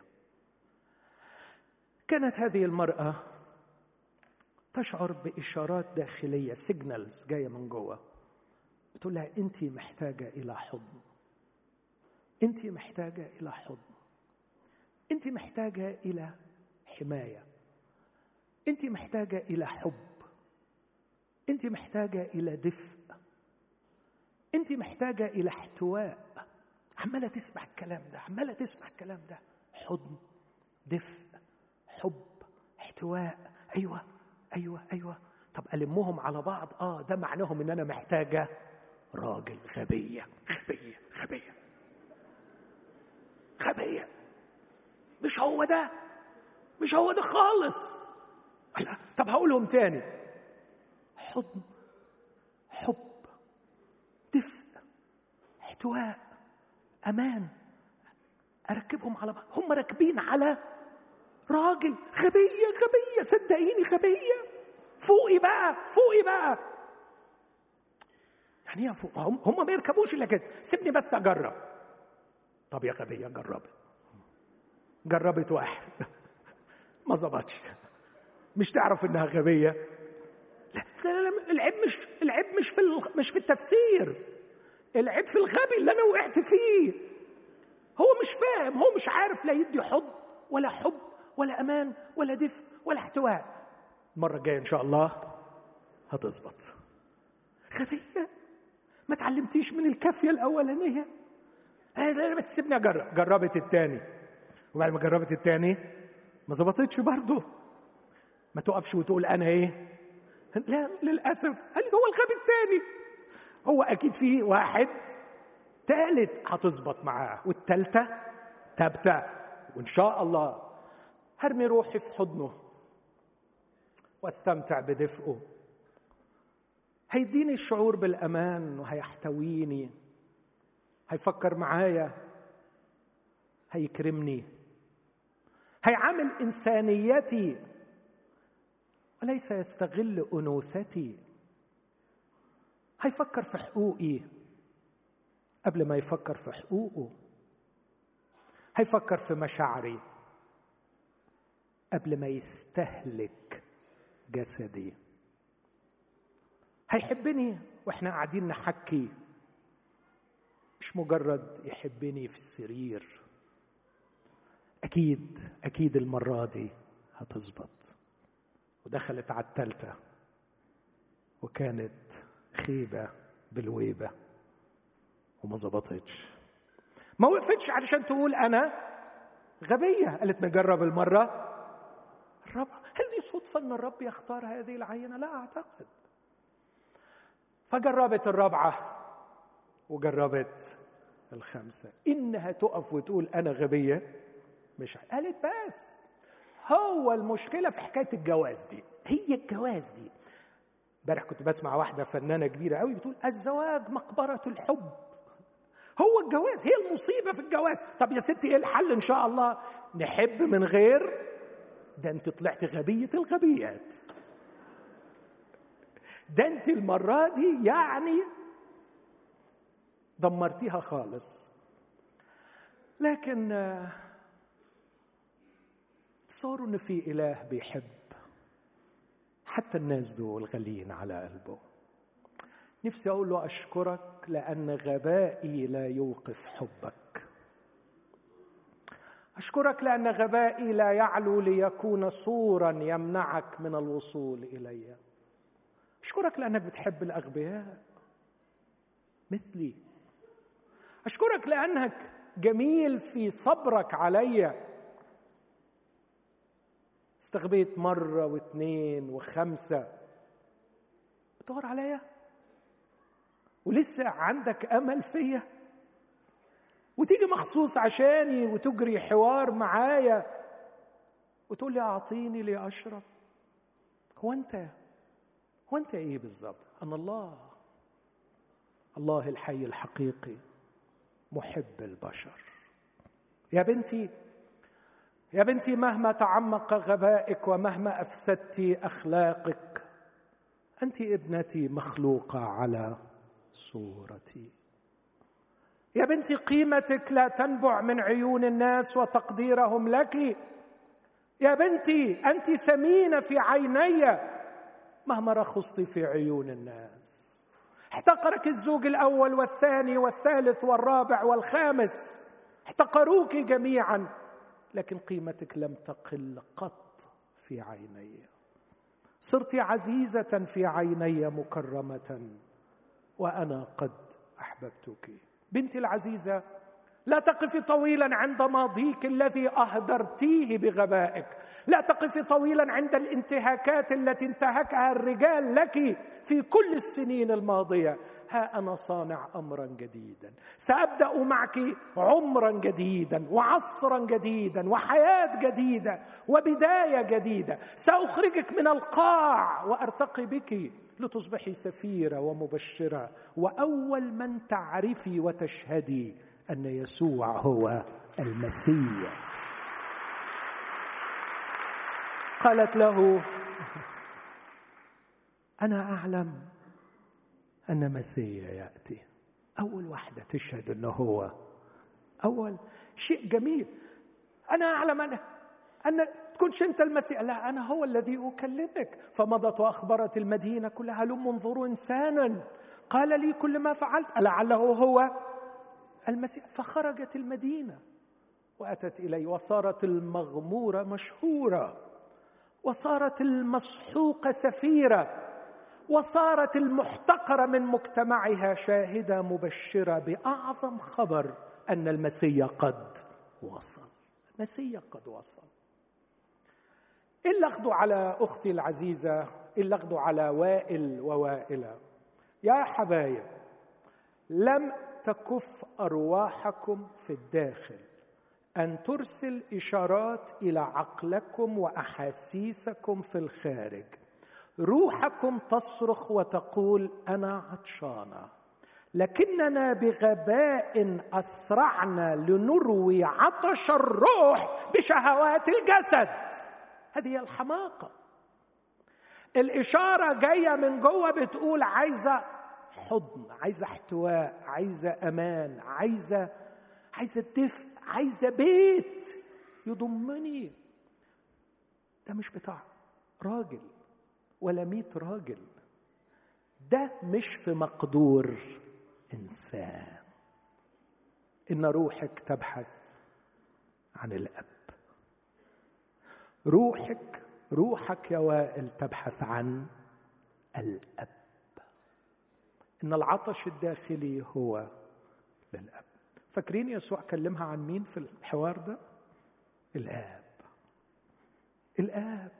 A: كانت هذه المراه تشعر باشارات داخليه، سيجنالز جايه من جوه، بتقول لها انت محتاجه الى حضن، انت محتاجه الى حضن، انت محتاجه الى حمايه، انت محتاجه الى حب، انت محتاجه الى دفء، انت محتاجه الى احتواء. عماله تسمع الكلام ده، عماله تسمع الكلام ده، حضن، دفء، حب، احتواء. ايوه ايوه ايوه. طب المهم على بعض، اه ده معناهم ان انا محتاجه راجل. غبيه غبيه غبيه غبيه. مش هو ده، مش هو ده خالص. طب هقولهم تاني: حضن، حب، دفء، احتواء، امان. اركبهم على بعض، هم راكبين على راجل. غبيه غبيه، صدقيني غبيه. فوقي بقى، فوقي بقى. يعني ايه فوق؟ هم هم ما يركبوش الا كده. سيبني بس اجرب. طب يا غبيه جربي. جربت واحد ما ظبطش. مش تعرف انها غبيه؟ لا لا لا، العيب مش العيب مش في مش في التفسير، العيب في الغبي اللي انا وقعت فيه. هو مش فاهم، هو مش عارف لا يدي حضن ولا حب ولا امان ولا دفء ولا احتواء. المره الجايه ان شاء الله هتظبط. غبيه، ما تعلمتيش من الكافيه الاولانيه. لا بس سيبني اجرب. جربت الثاني، وبعد ما جربت الثاني ما ظبطتش برضه. ما تقفش وتقول انا ايه، لا للاسف. قالت هو الغبي الثاني، هو اكيد في واحد ثالث هتظبط معاه، والثالثه تبتة، وان شاء الله هرمي روحي في حضنه واستمتع بدفئه. هيديني الشعور بالامان وهيحتويني، هيفكر معايا، هيكرمني، هيعامل انسانيتي وليس يستغل انوثتي، هيفكر في حقوقي قبل ما يفكر في حقوقه، هيفكر في مشاعري قبل ما يستهلك جسدي، هيحبني واحنا قاعدين نحكي، مش مجرد يحبني في السرير. اكيد اكيد المره دي هتظبط. ودخلت على الثالثه وكانت خيبه بالويبه وما ظبطتش. ما وقفتش علشان تقول انا غبيه، قالت نجرب المره الرابعه. هل دي صدفه ان الرب يختار هذه العينه؟ لا اعتقد. فجربت الرابعه وجربت الخامسه. انها تقف وتقول انا غبيه مش قالت. بس هو المشكله في حكايه الجواز دي، هي الجواز دي. امبارح كنت بسمع واحده فنانه كبيره قوي بتقول الزواج مقبره الحب. هو الجواز هي المصيبه في الجواز. طب يا ستي ايه الحل؟ ان شاء الله نحب من غير ده. انت طلعت غبيه الغبيات. ده انت المره دي يعني دمرتيها خالص. لكن تصوروا ان في اله بيحب حتى الناس دول غاليين على قلبه. نفسي اقول له اشكرك لان غبائي لا يوقف حبك. أشكرك لأن غبائي لا يعلو ليكون سورا يمنعك من الوصول إلي. أشكرك لأنك بتحب الأغبياء مثلي. أشكرك لأنك جميل في صبرك علي. استغبيت مرة واثنين وخمسة، بتدور عليا ولسه عندك أمل فيا، وتيجي مخصوص عشاني وتجري حوار معايا وتقول لي أعطيني لأشرب. هو أنت هو أنت إيه بالظبط؟ أنا الله الله الحي الحقيقي محب البشر. يا بنتي يا بنتي مهما تعمق غبائك ومهما أفسدت أخلاقك، أنت ابنتي مخلوقة على صورتي. يا بنتي قيمتك لا تنبع من عيون الناس وتقديرهم لك. يا بنتي أنت ثمينة في عيني مهما رخصت في عيون الناس. احتقرك الزوج الأول والثاني والثالث والرابع والخامس، احتقروك جميعا، لكن قيمتك لم تقل قط في عيني. صرت عزيزة في عيني مكرمة وأنا قد أحببتك. بنتي العزيزة، لا تقفي طويلا عند ماضيك الذي أهدرتيه بغبائك. لا تقفي طويلا عند الانتهاكات التي انتهكها الرجال لك في كل السنين الماضية. ها أنا صانع أمرا جديدا، سأبدأ معك عمرا جديدا وعصرا جديدا وحياة جديدة وبداية جديدة. سأخرجك من القاع وأرتقي بك لتصبحي سفيرة ومبشرة، وأول من تعرفي وتشهدي أن يسوع هو المسيح. قالت له: أنا أعلم أن مسيح يأتي. أول واحدة تشهد أنه هو. أول شيء جميل، أنا أعلم أن أن تكونش أنت المسيح، لا، أنا هو الذي أكلمك. فمضت وأخبرت المدينة كلها: هلم انظروا إنسانا قال لي كل ما فعلت، لعله هو المسيح. فخرجت المدينة وأتت إليه، وصارت المغمورة مشهورة، وصارت المسحوقة سفيرة، وصارت المحتقرة من مجتمعها شاهدة مبشرة بأعظم خبر أن المسيح قد وصل. المسيح قد وصل. إلا أخذوا على أختي العزيزة، إلا أخذوا على وائل ووائلة. يا حبايب، لم تكف أرواحكم في الداخل أن ترسل إشارات إلى عقلكم وأحاسيسكم في الخارج. روحكم تصرخ وتقول: أنا عطشانة، لكننا بغباء أسرعنا لنروي عطش الروح بشهوات الجسد. هذه هي الحماقة. الإشارة جاية من جوه بتقول: عايزة حضن، عايزة احتواء، عايزة أمان، عايزة عايزة دفء، عايزة بيت يضمني. ده مش بتاع راجل ولا ميت راجل، ده مش في مقدور إنسان. إن روحك تبحث عن الأب. روحك روحك يا وائل تبحث عن الأب. إن العطش الداخلي هو للأب. فاكرين يسوع كلمها عن مين في الحوار ده؟ الآب. الآب.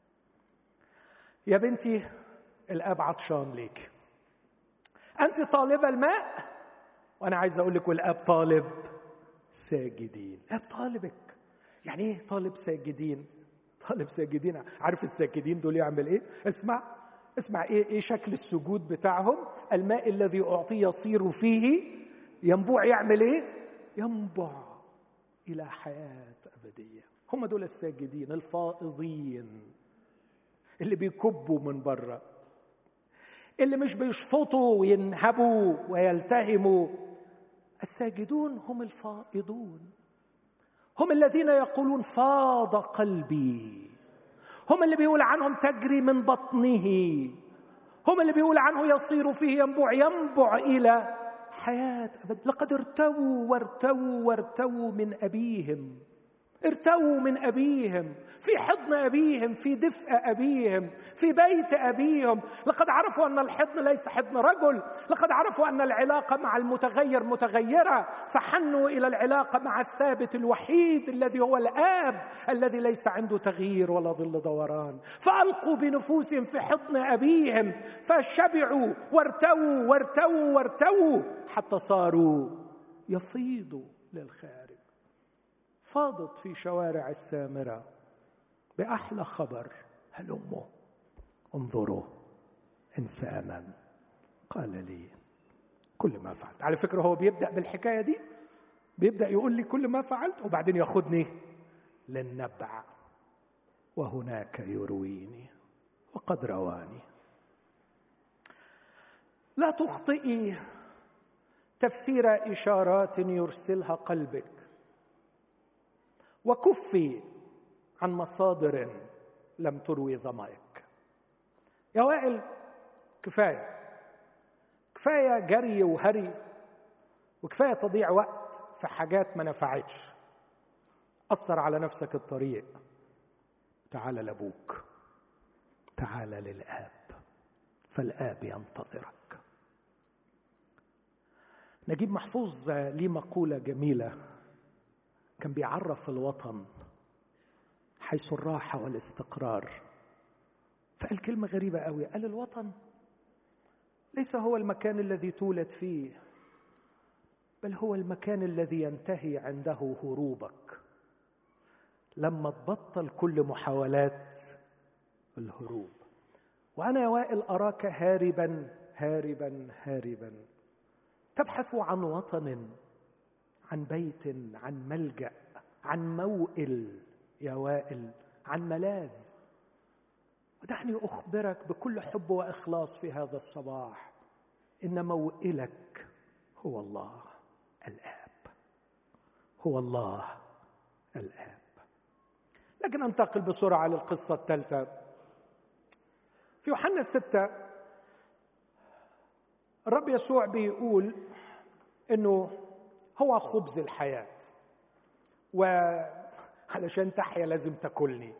A: يا بنتي، الآب عطشان ليك. أنت طالبة الماء، وأنا عايز أقول لك والآب طالب ساجدين. الآب طالبك. يعني إيه طالب ساجدين؟ طالب ساجدين. عارف الساجدين دول يعمل إيه؟ اسمع اسمع إيه إيه شكل السجود بتاعهم. الماء الذي أعطيه يصير فيه ينبوع. يعمل إيه؟ ينبع إلى حياة أبدية. هم دول الساجدين الفائضين، اللي بيكبوا من بره، اللي مش بيشفطوا وينهبوا ويلتهموا. الساجدون هم الفائضون، هم الذين يقولون: فاض قلبي. هم اللي بيقول عنهم تجري من بطنه. هم اللي بيقول عنه يصير فيه ينبع، ينبع إلى حياة أبد. لقد ارتووا وارتووا وارتووا من أبيهم ارتووا من أبيهم، في حضن أبيهم، في دفء أبيهم، في بيت أبيهم. لقد عرفوا أن الحضن ليس حضن رجل، لقد عرفوا أن العلاقة مع المتغير متغيرة، فحنوا إلى العلاقة مع الثابت الوحيد الذي هو الآب الذي ليس عنده تغيير ولا ظل دوران. فألقوا بنفوسهم في حضن أبيهم، فشبعوا وارتووا وارتووا وارتووا حتى صاروا يفيضوا للخارج. فاضت في شوارع السامرة بأحلى خبر: هلموا انظروا إنسانا قال لي كل ما فعلت. على فكرة هو بيبدأ بالحكاية دي، بيبدأ يقول لي كل ما فعلت، وبعدين ياخدني للنبع وهناك يرويني وقد رواني. لا تخطئي تفسير إشارات يرسلها قلبك، وكفي عن مصادر لم تروي ظمائك. يا وائل كفاية كفاية جري وهري، وكفاية تضيع وقت في حاجات ما نفعتش. أثر على نفسك الطريق، تعال لأبوك، تعال للآب، فالآب ينتظرك. نجيب محفوظ ليه مقولة جميلة، كان بيعرف الوطن حيث الراحة والاستقرار، فقال كلمة غريبة قوي، قال الوطن ليس هو المكان الذي تولد فيه، بل هو المكان الذي ينتهي عنده هروبك لما تبطل كل محاولات الهروب. وأنا يا وائل أراك هاربا هاربا هاربا، تبحث عن وطن، عن بيت، عن ملجأ، عن موئل يا وائل، عن ملاذ. ودعني أخبرك بكل حب وإخلاص في هذا الصباح إن موئلك هو الله الآب، هو الله الآب. لكن أنتقل بسرعة للقصة الثالثة. في يوحنا الستة الرب يسوع بيقول إنه هو خبز الحياة، وعلشان تحيا لازم تاكلني.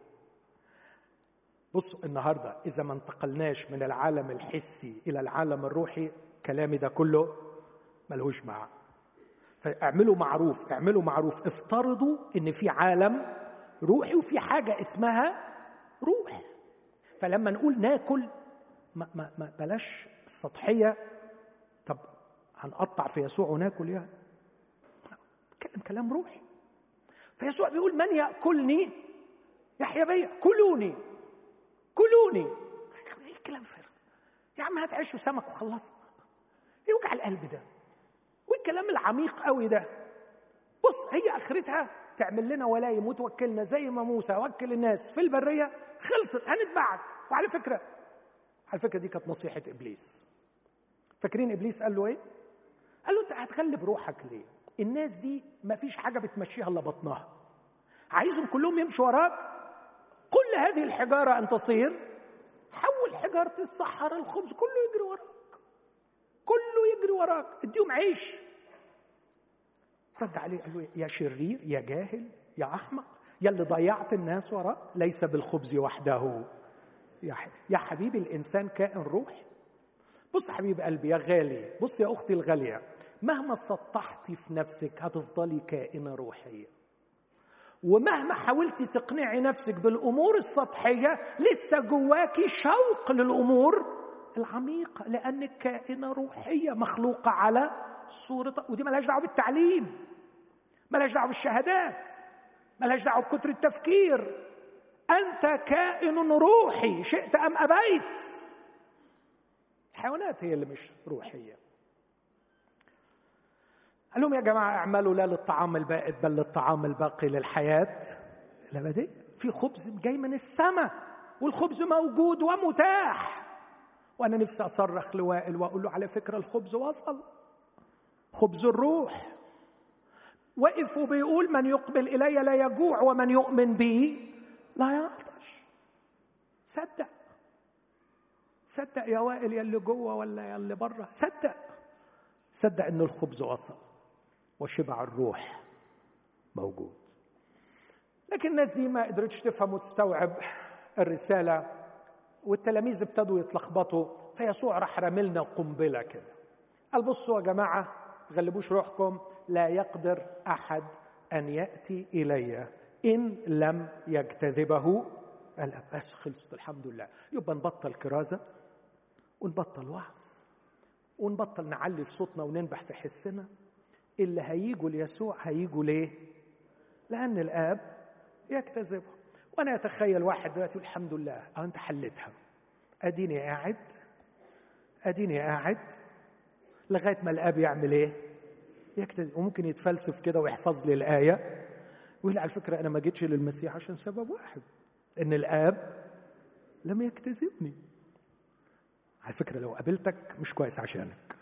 A: بص النهاردة إذا ما انتقلناش من العالم الحسي إلى العالم الروحي، كلامي ده كله ملهوش معنى. فاعملوا معروف اعملوا معروف افترضوا إن في عالم روحي وفي حاجة اسمها روح. فلما نقول ناكل ما ما ما بلاش السطحية، طب هنقطع في يسوع وناكل يعني؟ نتكلم كلام روحي. فيسوع بيقول من يأكلني يحيا بيا، كلوني كلوني. ايه الكلام فارغ يا عم، هات عيش وسمك وخلصنا. ايه وجع القلب ده والكلام العميق قوي ده؟ بص هي اخرتها تعمل لنا ولايم وتوكلنا زي ما موسى وكل الناس في البريه، خلصت هنتبعك. وعلى فكره على فكره دي كانت نصيحه ابليس. فاكرين ابليس قال له ايه؟ قال له انت هتغلب روحك ليه؟ الناس دي ما فيش حاجه بتمشيها الا بطنها، عايزهم كلهم يمشوا وراك. قل هذه الحجاره ان تصير، حول حجاره الصحراء الخبز، كله يجري وراك، كله يجري وراك، اديهم عيش. رد عليه قال له يا شرير يا جاهل يا احمق يا اللي ضيعت الناس وراك، ليس بالخبز وحده يا حبيبي الانسان كائن روحي. بص يا حبيب قلبي يا غالي، بص يا اختي الغاليه، مهما سطحتي في نفسك هتفضلي كائنه روحيه، ومهما حاولتي تقنعي نفسك بالامور السطحيه لسه جواكي شوق للامور العميقه، لانك كائنه روحيه مخلوقه على صورة. ودي ملهاش دعوه بالتعليم، ملهاش دعوه بالشهادات، ملهاش دعوه بكتر التفكير. انت كائن روحي شئت ام ابيت. الحيوانات هي اللي مش روحيه. قال لهم يا جماعه اعملوا لا للطعام البائد بل للطعام الباقي للحياه الابديه. في خبز جاي من السماء، والخبز موجود ومتاح. وانا نفسي اصرخ لوائل واقول له على فكره الخبز وصل، خبز الروح وقف وبيقول من يقبل الي لا يجوع ومن يؤمن بي لا يعطش. صدق صدق يا وائل يا اللي جوه ولا يا اللي بره، صدق صدق ان الخبز وصل وشبع الروح موجود. لكن الناس دي ما قدرتش تفهم وتستوعب الرسالة، والتلاميذ ابتدوا يتلخبطوا، فيسوع راح راملنا قنبلة كده، قال بصوا يا جماعة غلبوش روحكم، لا يقدر أحد أن يأتي إلي إن لم يجتذبه الآب. بس خلصت الحمد لله. يبقى نبطل كرازة ونبطل وعظ ونبطل نعلي في صوتنا وننبح في حسنا. اللي هيجوا ليسوع هيجوا ليه؟ لأن الآب يجتذبه. وأنا أتخيل واحد دلوقتي يقول الحمد لله أه أنت حلتها، أديني قاعد أديني قاعد لغاية ما الآب يعمل إيه؟ يجتذب. وممكن يتفلسف كده ويحفظ لي الآية ويقول على فكرة أنا ما جيتش للمسيح عشان سبب واحد، إن الآب لم يجتذبني. على فكرة لو قابلتك مش كويس عشانك.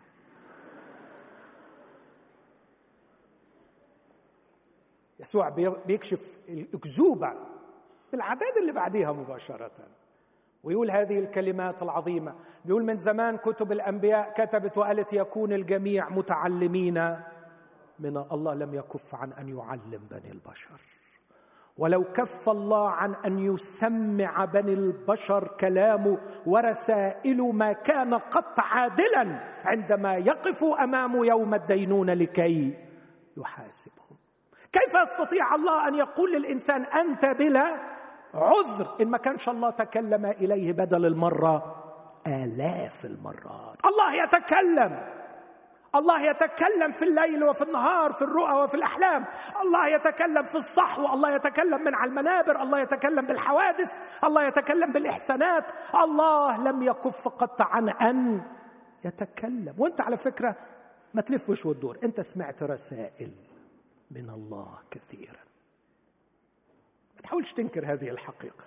A: يسوع بيكشف الأكذوبة بالعداد اللي بعديها مباشرة ويقول هذه الكلمات العظيمة. بيقول من زمان كتب الأنبياء كتبت وقالت يكون الجميع متعلمين من الله. لم يكف عن أن يعلم بني البشر، ولو كف الله عن أن يسمع بني البشر كلامه ورسائله ما كان قط عادلا عندما يقفوا أمامه يوم الدينونة لكي يحاسبهم. كيف يستطيع الله أن يقول للإنسان أنت بلا عذر إن ما كانش الله تكلم إليه بدل المرة آلاف المرات؟ الله يتكلم، الله يتكلم في الليل وفي النهار، في الرؤى وفي الأحلام. الله يتكلم في الصحوة، الله يتكلم من على المنابر، الله يتكلم بالحوادث، الله يتكلم بالإحسانات. الله لم يكف قط عن أن يتكلم. وانت على فكرة ما تلفش وتدور، انت سمعت رسائل من الله كثيرا. ما تحاولش تنكر هذه الحقيقة،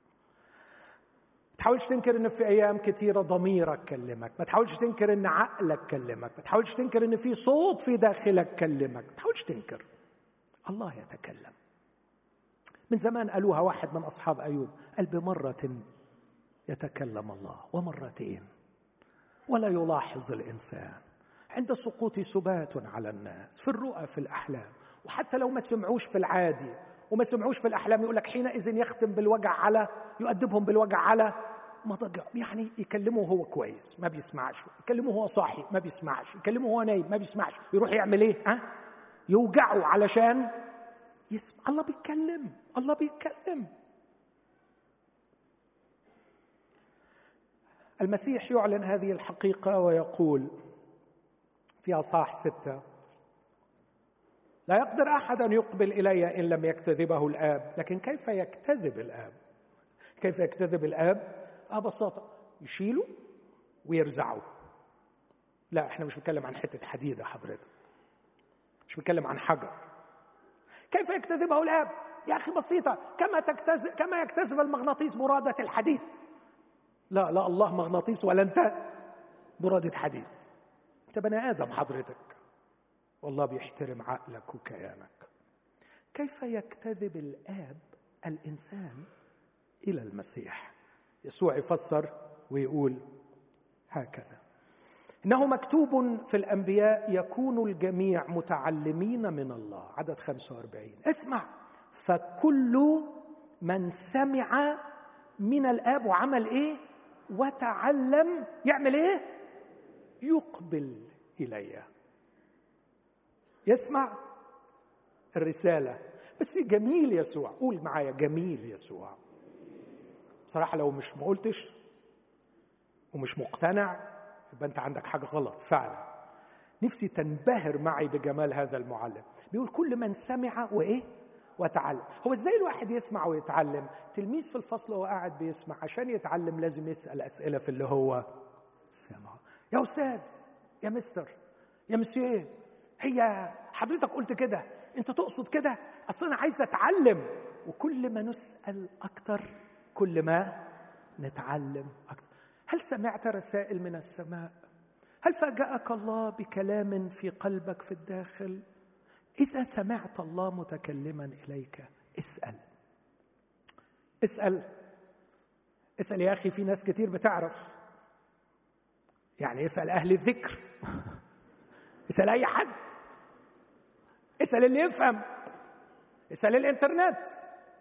A: ما تحاولش تنكر ان في ايام كثيره ضميرك كلمك، ما تحاولش تنكر ان عقلك كلمك، ما تحاولش تنكر ان في صوت في داخلك كلمك، ما تحاولش تنكر. الله يتكلم. من زمان قالوها واحد من اصحاب ايوب، قال بمره يتكلم الله ومرتين ولا يلاحظ الانسان. عند سقوط سبات على الناس، في الرؤى في الاحلام، وحتى لو ما سمعوش في العادي وما سمعوش في الأحلام يقول لك حينئذ يختم بالوجع على يؤدبهم بالوجع على مضجع. يعني يكلمه هو كويس ما بيسمعش، يكلمه هو صاحي ما بيسمعش، يكلمه هو نايم ما بيسمعش، يروح يعمل ايه؟ ها؟ يوجعه علشان يسمع. الله بيتكلم، الله بيتكلم. المسيح يعلن هذه الحقيقة ويقول في أصحاح ستة لا يقدر أحد أن يقبل إلي إن لم يكتذبه الآب. لكن كيف يكتذب الآب؟ كيف يكتذب الآب؟ آه ببساطة يشيله ويرزعه. لا احنا مش بنتكلم عن حتة حديدة حضرتك، مش بنتكلم عن حجر. كيف يكتذبه الآب؟ يا أخي بسيطة، كما تكتذب كما يكتذب المغناطيس برادة الحديد. لا لا الله مغناطيس ولا أنت برادة حديد، أنت بني آدم حضرتك، والله بيحترم عقلك وكيانك. كيف يكتذب الآب الإنسان إلى المسيح؟ يسوع يفسر ويقول هكذا: إنه مكتوب في الأنبياء يكون الجميع متعلمين من الله. عدد خمسة وأربعين. اسمع، فكل من سمع من الآب وعمل إيه؟ وتعلم. يعمل إيه؟ يقبل إليه. يسمع الرسالة. بس جميل يسوع، قول معايا جميل يسوع. بصراحة لو مش ما قلتش ومش مقتنع يبقى أنت عندك حاجة غلط فعلا. نفسي تنبهر معي بجمال هذا المعلم. بيقول كل من سمع وإيه؟ وتعلم. هو إزاي الواحد يسمع ويتعلم؟ تلميذ في الفصل وهو قاعد بيسمع عشان يتعلم لازم يسأل أسئلة في اللي هو سمع. يا أستاذ، يا مستر، يا مسيو، هي حضرتك قلت كده، انت تقصد كده؟ اصلا انا عايز اتعلم. وكل ما نسأل اكتر كل ما نتعلم اكتر. هل سمعت رسائل من السماء؟ هل فاجأك الله بكلام في قلبك في الداخل؟ إذا سمعت الله متكلما إليك اسأل اسأل اسأل يا أخي. في ناس كتير بتعرف، يعني اسأل أهل الذكر، اسأل أي حد، اسأل اللي يفهم، اسأل الإنترنت،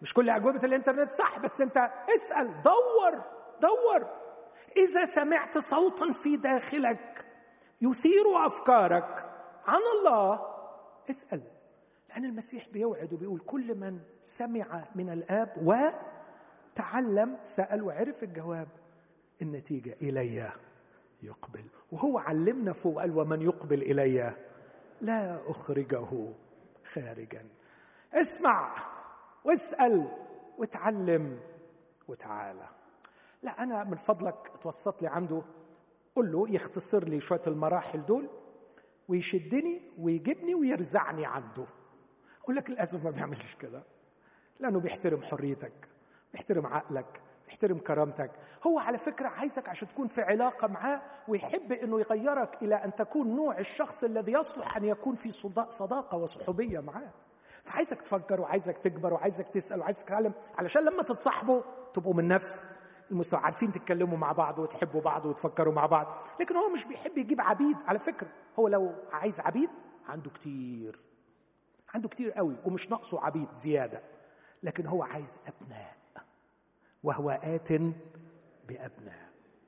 A: مش كل أجوبة الإنترنت صح، بس أنت اسأل، دور دور. إذا سمعت صوتا في داخلك يثير أفكارك عن الله، اسأل، لأن المسيح بيوعد وبيقول كل من سمع من الآب وتعلم سأل وعرف الجواب، النتيجة إلي يقبل. وهو علمنا فوق قال ومن يقبل إلي لا أخرجه خارجا. اسمع واسأل وتعلم وتعالى. لا أنا من فضلك اتوسط لي عنده، قل له يختصر لي شوية المراحل دول ويشدني ويجيبني ويرزعني عنده. أقول لك للأسف ما بيعملش كده، لأنه بيحترم حريتك، بيحترم عقلك، بيحترم كرامتك. هو على فكرة عايزك عشان تكون في علاقة معاه، ويحب أنه يغيرك إلى أن تكون نوع الشخص الذي يصلح أن يكون في صداقة وصحوبية معاه. فعايزك تفكر وعايزك تكبر وعايزك تسأل وعايزك تتعلم، علشان لما تتصاحبوا تبقوا من نفس المستوى، عارفين تتكلموا مع بعض وتحبوا بعض وتفكروا مع بعض. لكن هو مش بيحب يجيب عبيد. على فكرة هو لو عايز عبيد عنده كتير، عنده كتير قوي، ومش ناقصه عبيد زيادة، لكن هو عايز أبناء، وهو آت بأبناء.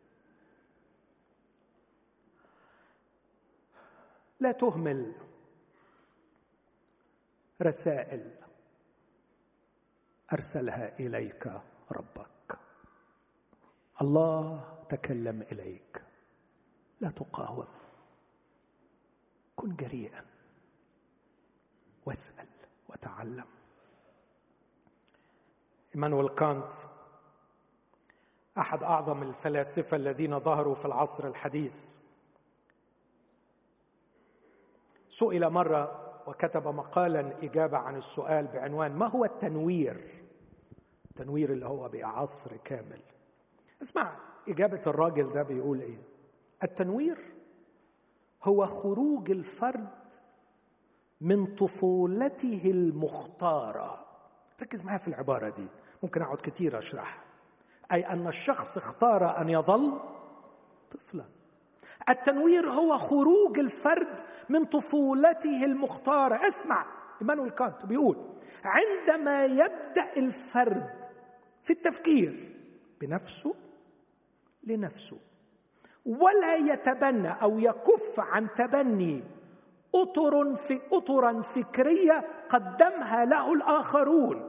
A: لا تهمل رسائل أرسلها إليك ربك. الله تكلم إليك، لا تقاوم، كن جريئا واسأل وتعلم. إيمانويل كانت أحد أعظم الفلاسفة الذين ظهروا في العصر الحديث، سئل مرة وكتب مقالا إجابة عن السؤال بعنوان ما هو التنوير؟ التنوير اللي هو بقى عصر كامل. اسمع إجابة الراجل ده بيقول إيه: التنوير هو خروج الفرد من طفولته المختارة. ركز معايا في العبارة دي، ممكن أقعد كتير أشرحها. أي أن الشخص اختار أن يظل طفلا. التنوير هو خروج الفرد من طفولته المختارة. اسمع إيمانويل كانت بيقول عندما يبدأ الفرد في التفكير بنفسه لنفسه، ولا يتبنى أو يكف عن تبني أطر في أطرا فكرية قدمها له الآخرون.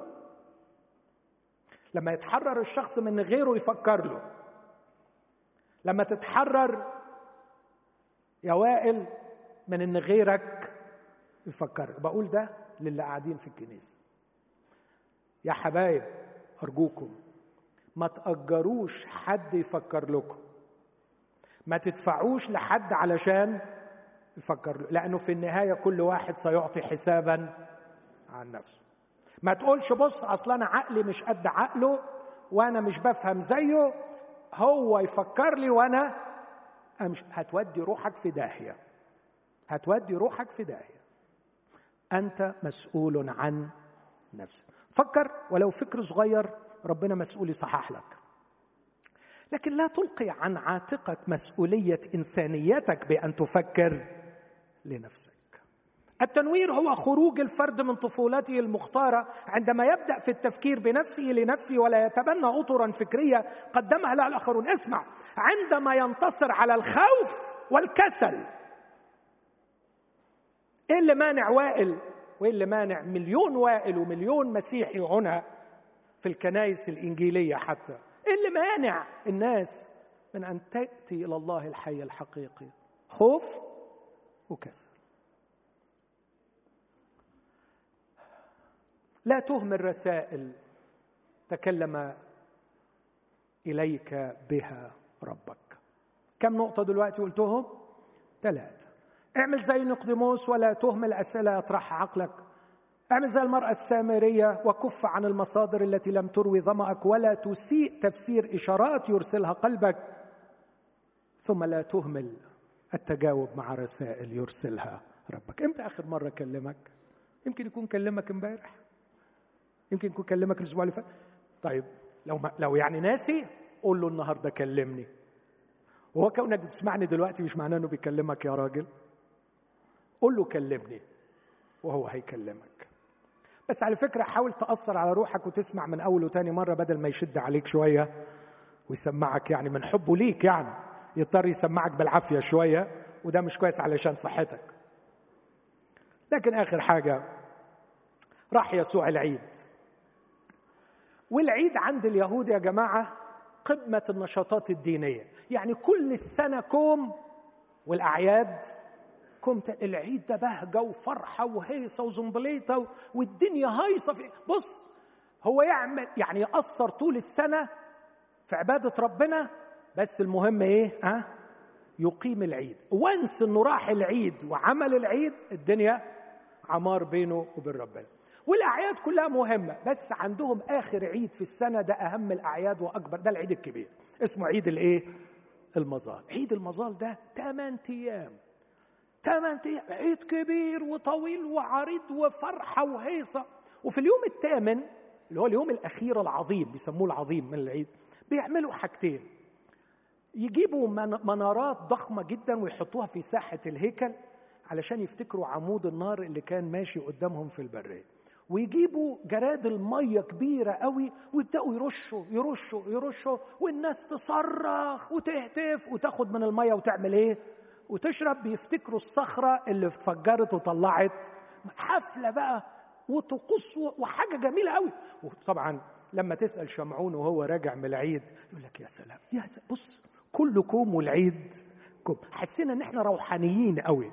A: لما يتحرر الشخص من غيره يفكر له، لما تتحرر يا وائل من ان غيرك يفكر. بقول ده للي قاعدين في الكنيسة، يا حبايب أرجوكم ما تأجروش حد يفكر لكم، ما تدفعوش لحد علشان يفكر له، لأنه في النهاية كل واحد سيعطي حسابا عن نفسه. ما تقولش بص أصل أنا عقلي مش قد عقله وأنا مش بفهم زيه، هو يفكر لي وأنا أمش. هتودي روحك في داهية، هتودي روحك في داهية. أنت مسؤول عن نفسك. فكر ولو فكر صغير، ربنا مسؤول يصحح لك، لكن لا تلقي عن عاتقك مسؤولية إنسانيتك بأن تفكر لنفسك. التنوير هو خروج الفرد من طفولته المختارة عندما يبدأ في التفكير بنفسه لنفسه ولا يتبنى أطرا فكرية قدمها له الآخرون. اسمع، عندما ينتصر على الخوف والكسل. إيه اللي مانع وائل وإيه اللي مانع مليون وائل ومليون مسيحي هنا في الكنائس الإنجيلية حتى؟ إيه اللي مانع الناس من أن تأتي إلى الله الحي الحقيقي؟ خوف وكسل. لا تهمل رسائل تكلم إليك بها ربك. كم نقطة دلوقتي قلتهم؟ ثلاثة. اعمل زي نقدموس ولا تهمل أسئلة يطرحها عقلك. اعمل زي المرأة السامرية وكف عن المصادر التي لم تروي ظمأك ولا تسيء تفسير إشارات يرسلها قلبك. ثم لا تهمل التجاوب مع رسائل يرسلها ربك. امتى آخر مرة كلمك؟ يمكن يكون كلمك امبارح، يمكن يكون كلمك الأسبوع اللي فات. طيب لو ما لو يعني ناسي، قول له النهارده كلمني. وهو كونك بتسمعني دلوقتي مش معناه انه بيكلمك يا راجل. قول له كلمني وهو هيكلمك. بس على فكرة حاول تأثر على روحك وتسمع من أول وتاني مرة بدل ما يشد عليك شوية ويسمعك يعني من حبه ليك، يعني يضطر يسمعك بالعافية شوية، وده مش كويس علشان صحتك. لكن آخر حاجة، راح يسوع العيد. والعيد عند اليهود يا جماعة قمة النشاطات الدينية، يعني كل السنة كوم، والأعياد كوم. العيد ده بهجة وفرحة وهيصة وزنبليطة والدنيا هايصة في. بص، هو يعمل يعني يأثر طول السنة في عبادة ربنا، بس المهم ايه؟ ها؟ يقيم العيد. وانس انه راح العيد وعمل العيد، الدنيا عمار بينه وبين ربنا. والاعياد كلها مهمه، بس عندهم اخر عيد في السنه ده اهم الاعياد واكبر، ده العيد الكبير، اسمه عيد الايه؟ المظال. عيد المظال ده ثمان ايام، ثمان ايام، عيد كبير وطويل وعريض وفرحه وهيصه. وفي اليوم الثامن اللي هو اليوم الاخير العظيم، بيسموه العظيم من العيد، بيعملوا حاجتين. يجيبوا منارات ضخمه جدا ويحطوها في ساحه الهيكل علشان يفتكروا عمود النار اللي كان ماشي قدامهم في البرية، ويجيبوا جراد المية كبيرة قوي ويبدأوا يرشوا يرشوا يرشوا، والناس تصرخ وتهتف وتاخد من المية وتعمل ايه؟ وتشرب. بيفتكروا الصخرة اللي اتفجرت وطلعت. حفلة بقى وطقوس وحاجة جميلة قوي. وطبعا لما تسأل شمعون وهو راجع من العيد يقول لك يا سلام يا سلام، بص كل كوم والعيد كوم. حسينا ان احنا روحانيين قوي.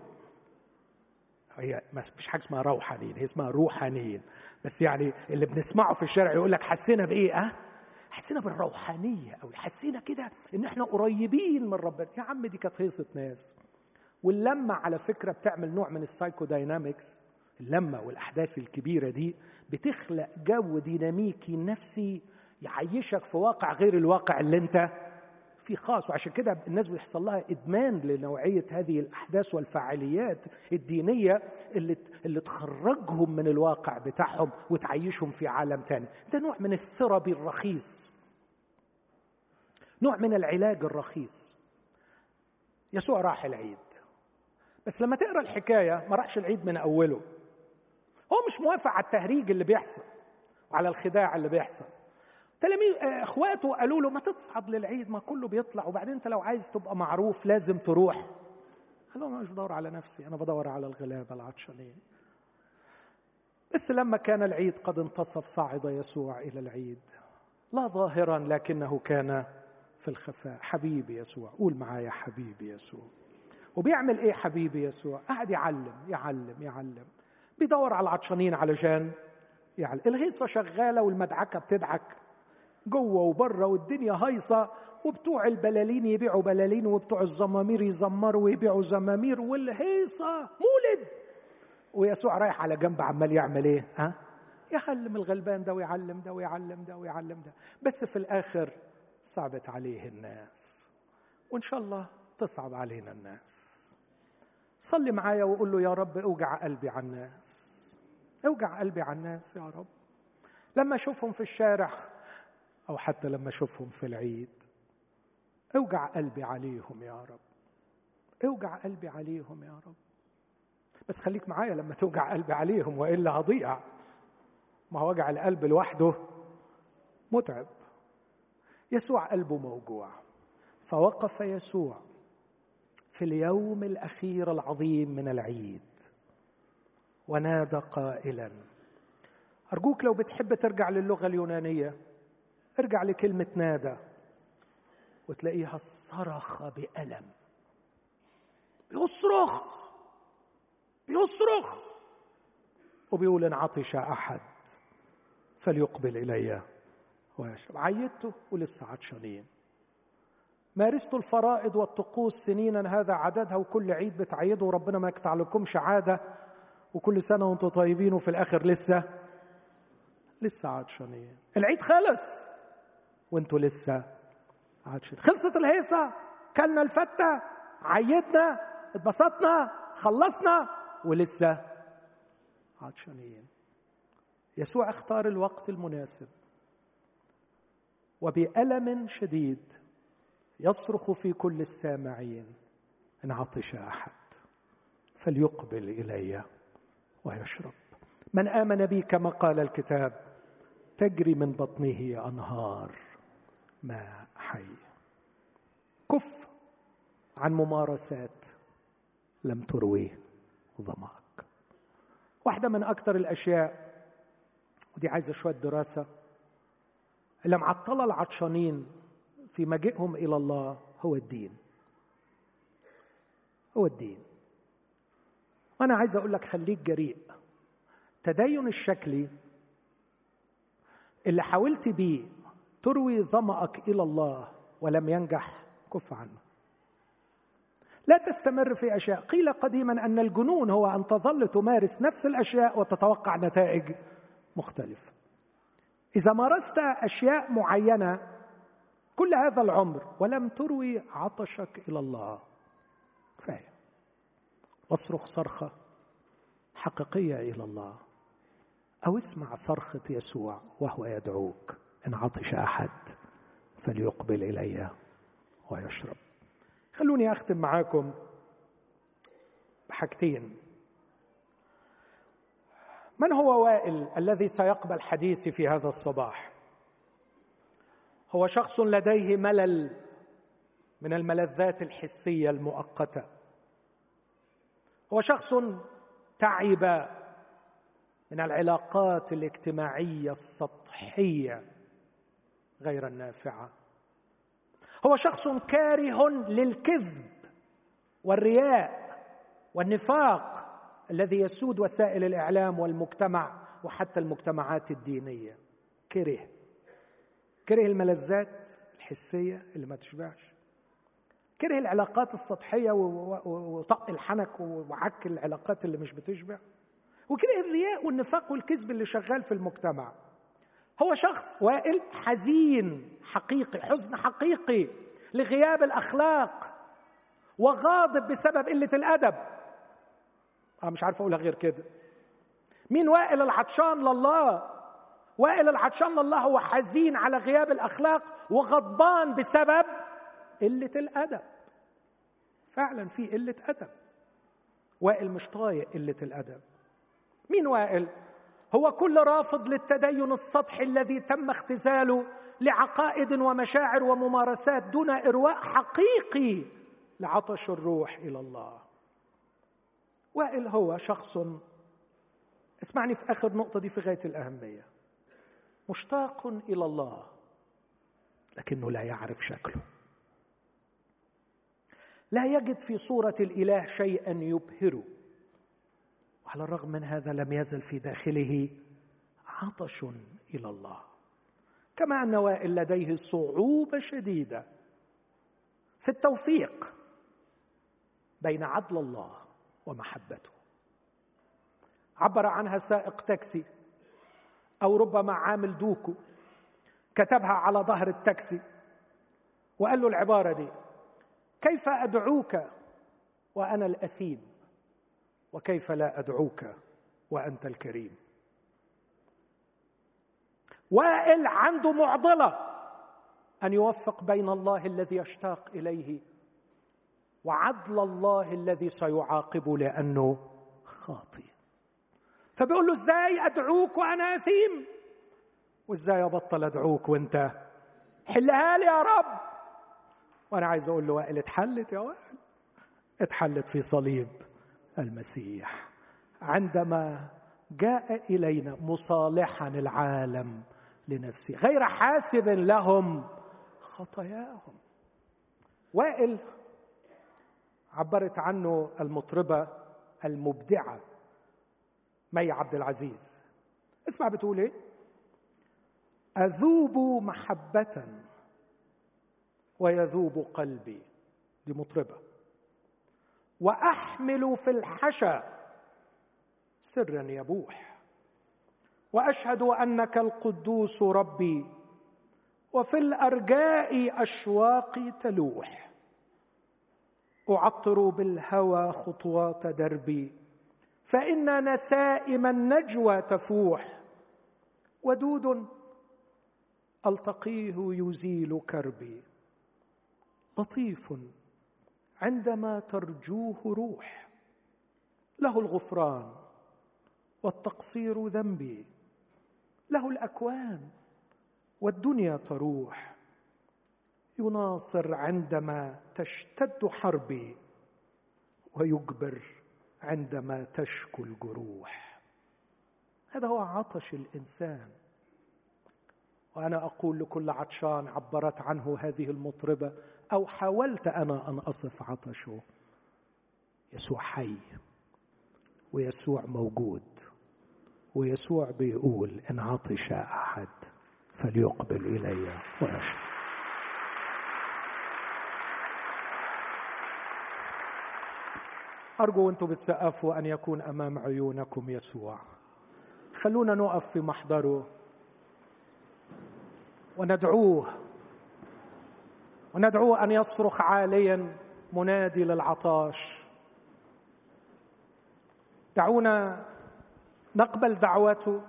A: هي مش حاجه اسمها روحانيين، هي اسمها روحانيين، بس يعني اللي بنسمعه في الشارع يقول لك حسينا بايه؟ اه حسينا بالروحانيه قوي، حسينا كده ان احنا قريبين من ربنا. يا عم دي كانت هيصه ناس. واللمه على فكره بتعمل نوع من السايكو داينامكس. اللمه والاحداث الكبيره دي بتخلق جو ديناميكي نفسي يعيشك في واقع غير الواقع اللي انت في خاص. وعشان كده الناس بيحصل لها ادمان لنوعيه هذه الاحداث والفعاليات الدينيه اللي اللي تخرجهم من الواقع بتاعهم وتعيشهم في عالم تاني. ده نوع من الثربي الرخيص، نوع من العلاج الرخيص. يسوع راح العيد، بس لما تقرا الحكايه ما راحش العيد من اوله. هو مش موافق على التهريج اللي بيحصل وعلى الخداع اللي بيحصل. تلاميذ اخواته قالوا له ما تصعد للعيد، ما كله بيطلع، وبعدين انت لو عايز تبقى معروف لازم تروح. قال لهم انا مش بدور على نفسي، انا بدور على الغلابه العطشانين. بس لما كان العيد قد انتصف صعد يسوع الى العيد، لا ظاهرا لكنه كان في الخفاء. حبيبي يسوع، قول معايا حبيبي يسوع. وبيعمل ايه حبيبي يسوع؟ قاعد يعلم يعلم يعلم، بيدور على العطشانين علشان يعلم. الهيصه شغاله والمدعكه بتدعك جوه وبره، والدنيا هايصه، وبتوع البلالين يبيعوا بلالين وبتوع الزمامير يزمروا ويبيعوا زمامير، والهيصه مولد. ويسوع رايح على جنب عمال يعمل ايه؟ ها؟ يعلم الغلبان ده ويعلم ده ويعلم ده ويعلم ده. بس في الاخر صعبت عليه الناس، وان شاء الله تصعب علينا الناس. صلي معايا وقول له يا رب اوجع قلبي على الناس، اوجع قلبي على الناس يا رب. لما اشوفهم في الشارع أو حتى لما أشوفهم في العيد، اوجع قلبي عليهم يا رب، اوجع قلبي عليهم يا رب. بس خليك معايا لما توجع قلبي عليهم، وإلا هضيع. ما هو وجع القلب لوحده متعب. يسوع قلبه موجوع، فوقف يسوع في اليوم الأخير العظيم من العيد ونادى قائلا. أرجوك لو بتحب ترجع للغة اليونانية ارجع لكلمة نادى وتلاقيها صرخ بألم. بيصرخ بيصرخ وبيقول إن عطش أحد فليقبل إلي ويشرب. عيدته ولسه عطشانين. مارستوا الفرائض والطقوس سنينا هذا عددها، وكل عيد بتعيدوا وربنا ما يقطع لكمش عادة، وكل سنة وانتم طيبين، وفي الآخر لسه لسه عطشانين. العيد خلص وانتوا لسه عطشانين. خلصت الهيصة، كلنا الفتة، عيدنا، اتبسطنا، خلصنا، ولسه عطشانين. يسوع اختار الوقت المناسب، وبألم شديد يصرخ في كل السامعين إن عطش أحد فليقبل إلي ويشرب. من آمن بي كما قال الكتاب تجري من بطنه أنهار ماء حي. كف عن ممارسات لم تروي ظمأك. واحدة من أكثر الأشياء، ودي عايزة شوية دراسة، اللي معطلة العطشانين في مجيئهم إلى الله هو الدين. هو الدين. وأنا عايز أقول لك خليك جريء. تدين الشكلي اللي حاولت بيه تروي ظمأك إلى الله ولم ينجح، كف عنه. لا تستمر في أشياء. قيل قديما أن الجنون هو أن تظل تمارس نفس الأشياء وتتوقع نتائج مختلفة. إذا مارست أشياء معينة كل هذا العمر ولم تروي عطشك إلى الله، كفاية. واصرخ صرخة حقيقية إلى الله، أو اسمع صرخة يسوع وهو يدعوك: إن عطش أحد فليقبل إلي ويشرب. خلوني أختم معاكم بحاجتين. من هو وائل الذي سيقبل حديثي في هذا الصباح؟ هو شخص لديه ملل من الملذات الحسية المؤقتة. هو شخص تعب من العلاقات الاجتماعية السطحية غير النافعة. هو شخص كاره للكذب والرياء والنفاق الذي يسود وسائل الإعلام والمجتمع وحتى المجتمعات الدينية. كره كره الملذات الحسية اللي ما تشبعش، كره العلاقات السطحية وطق الحنك وعك العلاقات اللي مش بتشبع، وكره الرياء والنفاق والكذب اللي شغال في المجتمع. هو شخص وائل حزين حقيقي، حزن حقيقي لغياب الأخلاق، وغاضب بسبب قلة الأدب. أنا مش عارف أقولها غير كده. مين وائل العطشان لله؟ وائل العطشان لله هو حزين على غياب الأخلاق وغضبان بسبب قلة الأدب. فعلا في قلة أدب. وائل مش طايق قلة الأدب. مين وائل؟ هو كل رافض للتدين السطحي الذي تم اختزاله لعقائد ومشاعر وممارسات دون إرواء حقيقي لعطش الروح إلى الله. وائل هو شخص، اسمعني في آخر نقطة دي في غاية الأهمية، مشتاق إلى الله لكنه لا يعرف شكله. لا يجد في صورة الإله شيئا يبهره، وعلى الرغم من هذا لم يزل في داخله عطش إلى الله. كما أن وائل لديه صعوبة شديدة في التوفيق بين عدل الله ومحبته. عبر عنها سائق تاكسي أو ربما عامل دوكو، كتبها على ظهر التاكسي وقال له العبارة دي: كيف أدعوك وأنا الأثيم، وكيف لا أدعوك وأنت الكريم. وائل عنده معضلة أن يوفق بين الله الذي يشتاق إليه وعدل الله الذي سيعاقبه لأنه خاطئ. فبيقول له: إزاي أدعوك وأنا أثيم، وإزاي أبطل أدعوك وأنت حلها لي يا رب. وأنا عايز أقول له: وائل اتحلت يا وائل، اتحلت في صليب المسيح عندما جاء إلينا مصالحا العالم لنفسه غير حاسب لهم خطاياهم. وائل عبرت عنه المطربة المبدعة مي عبد العزيز. اسمع بتقول ايه: أذوب محبة ويذوب قلبي. دي مطربة. وأحمل في الحشا سرا يبوح، وأشهد أنك القدوس ربي، وفي الأرجاء أشواقي تلوح. أعطر بالهوى خطوات دربي، فإن نسائم النجوى تفوح. ودود ألتقيه يزيل كربي، لطيف عندما ترجوه روح. له الغفران والتقصير ذنبي. له الأكوان والدنيا تروح، يناصر عندما تشتد حربي، ويجبر عندما تشكو الجروح. هذا هو عطش الإنسان. وأنا أقول لكل عطشان عبرت عنه هذه المطربة، أو حاولت أنا أن أصف عطشه: يسوع حي، ويسوع موجود، ويسوع بيقول: إن عطش أحد فليقبل إلي ويشرب. أرجو أنتم بتسقفوا أن يكون أمام عيونكم يسوع. خلونا نقف في محضره وندعوه، وندعوه أن يصرخ عاليا منادي للعطاش. دعونا نقبل دعوته،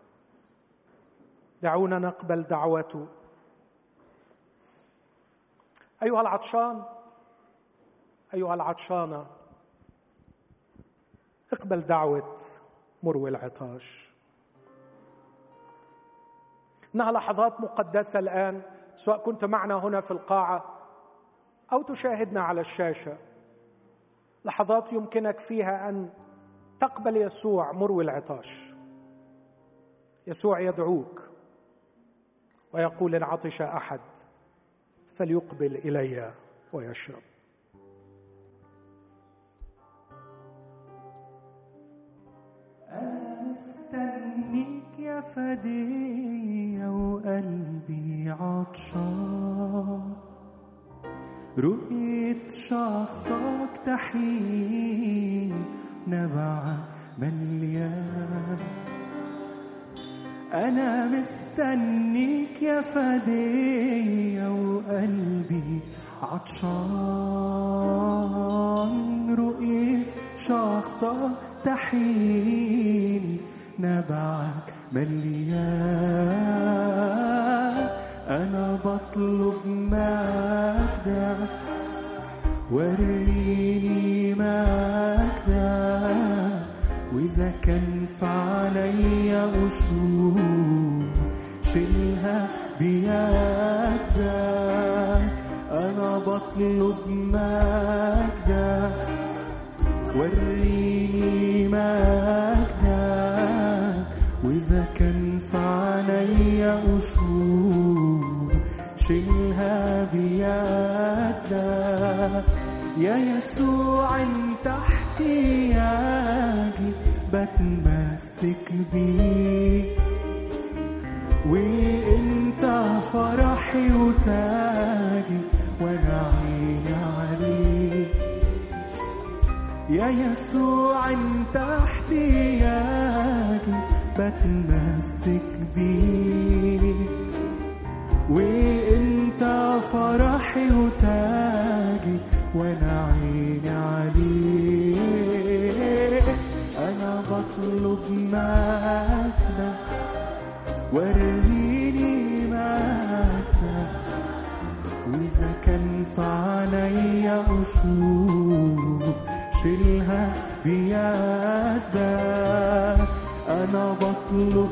A: دعونا نقبل دعوته. أيها العطشان، أيها العطشانة، اقبل دعوة مروي العطاش. إنها لحظات مقدسة الآن، سواء كنت معنا هنا في القاعة أو تشاهدنا على الشاشة. لحظات يمكنك فيها أن تقبل يسوع مروي العطاش. يسوع يدعوك ويقول: إن عطش أحد فليقبل إلي ويشرب.
B: أنا مستنيك يا فدية وقلبي عطشان، رؤية شخصك تحييني نبعك مليان. أنا مستنيك يا فدية وقلبي عطشان، رؤية شخصك تحييني نبعك مليان. أنا بطلب مجدك، وريني مجدك، وإذا كان في عينيا قشور شيلها بيدك. أنا بطلب مجدك، وريني مجدك، وإذا كان في عينيا قشور شيلها بيدك. يا يسوع انت احتياجي بتمسك بيك، وانت فرحي وتاجي وانا عيني عليك. يا يسوع انت احتياجي بتمسك بيك، وانت فرحي وتاجي وانا عيني عليك. انا بطلب مجدك، وريني مجدك، واذا كان في عينيا قشور شيلها بيدك. انا بطلب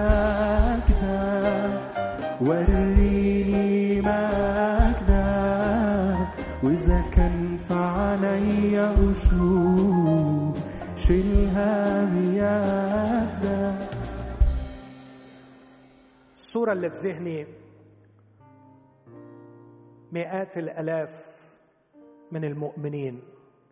B: مجدك، وريني مجدك، واذا كان في عينيا قشور شيلها بيدك.
A: الصورة اللي في ذهني مئات الآلاف من المؤمنين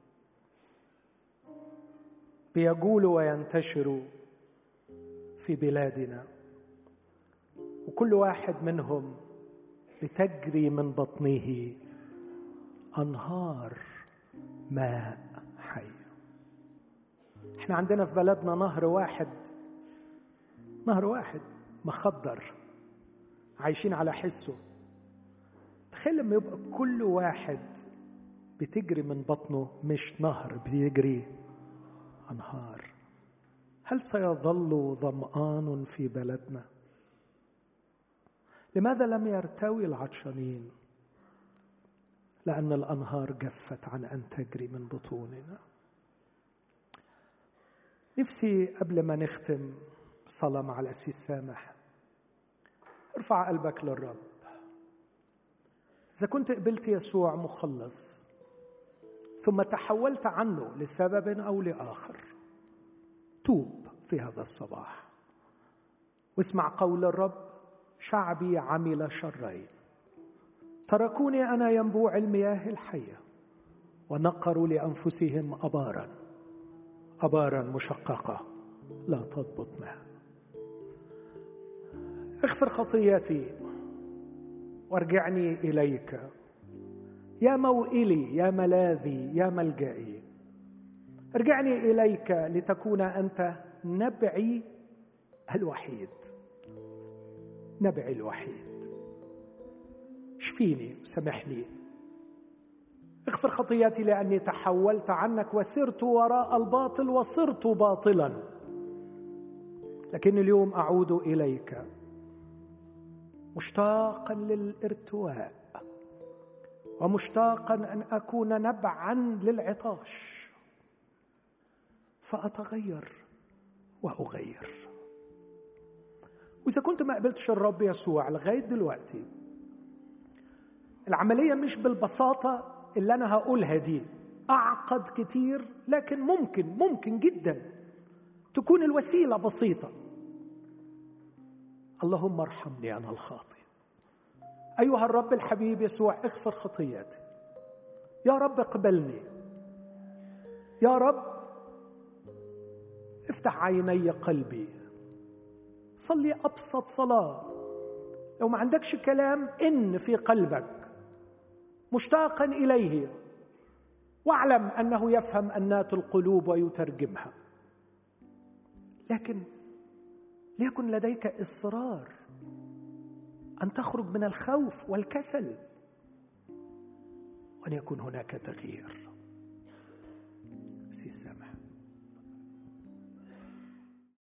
A: بيجولوا وينتشروا في بلادنا، وكل واحد منهم بتجري من بطنه أنهار ماء حي. احنا عندنا في بلدنا نهر واحد، نهر واحد مخضر عايشين على حسه. تخيل لما يبقى كل واحد بتجري من بطنه مش نهر، بيجري أنهار. هل سيظل ظمآن في بلدنا؟ لماذا لم يرتوي العطشانين؟ لأن الأنهار جفت عن أن تجري من بطوننا. نفسي قبل ما نختم صلاة مع الأسيس سامح، ارفع قلبك للرب. إذا كنت قبلت يسوع مخلص ثم تحولت عنه لسبب أو لآخر، توب في هذا الصباح واسمع قول الرب: شعبي عمل شرين، تركوني أنا ينبوع المياه الحية، ونقروا لأنفسهم أبارا أبارا مشققة لا تضبط ماء. اغفر خطيئتي وارجعني إليك يا موئلي، يا ملاذي، يا ملجئي. ارجعني إليك لتكون أنت نبعي الوحيد، نبعي الوحيد. اشفيني وسامحني، اغفر خطيئتي لأني تحولت عنك وسرت وراء الباطل وصرت باطلا، لكن اليوم أعود إليك مشتاقا للارتواء ومشتاقا أن أكون نبعا للعطاش، فأتغير وأغير. وإذا كنت ما قبلتش الرب يسوع لغاية دلوقتي، العملية مش بالبساطة اللي أنا هقولها دي، أعقد كتير، لكن ممكن ممكن جدا تكون الوسيلة بسيطة. اللهم ارحمني أنا الخاطئ. أيها الرب الحبيب يسوع، اغفر خطيئتي. يا رب اقبلني. يا رب افتح عيني قلبي. صلي أبسط صلاة. لو ما عندكش كلام، إن في قلبك مشتاقا إليه، واعلم أنه يفهم أنات القلوب ويترجمها. لكن ليكن لديك إصرار أن تخرج من الخوف والكسل، وأن يكون هناك تغيير.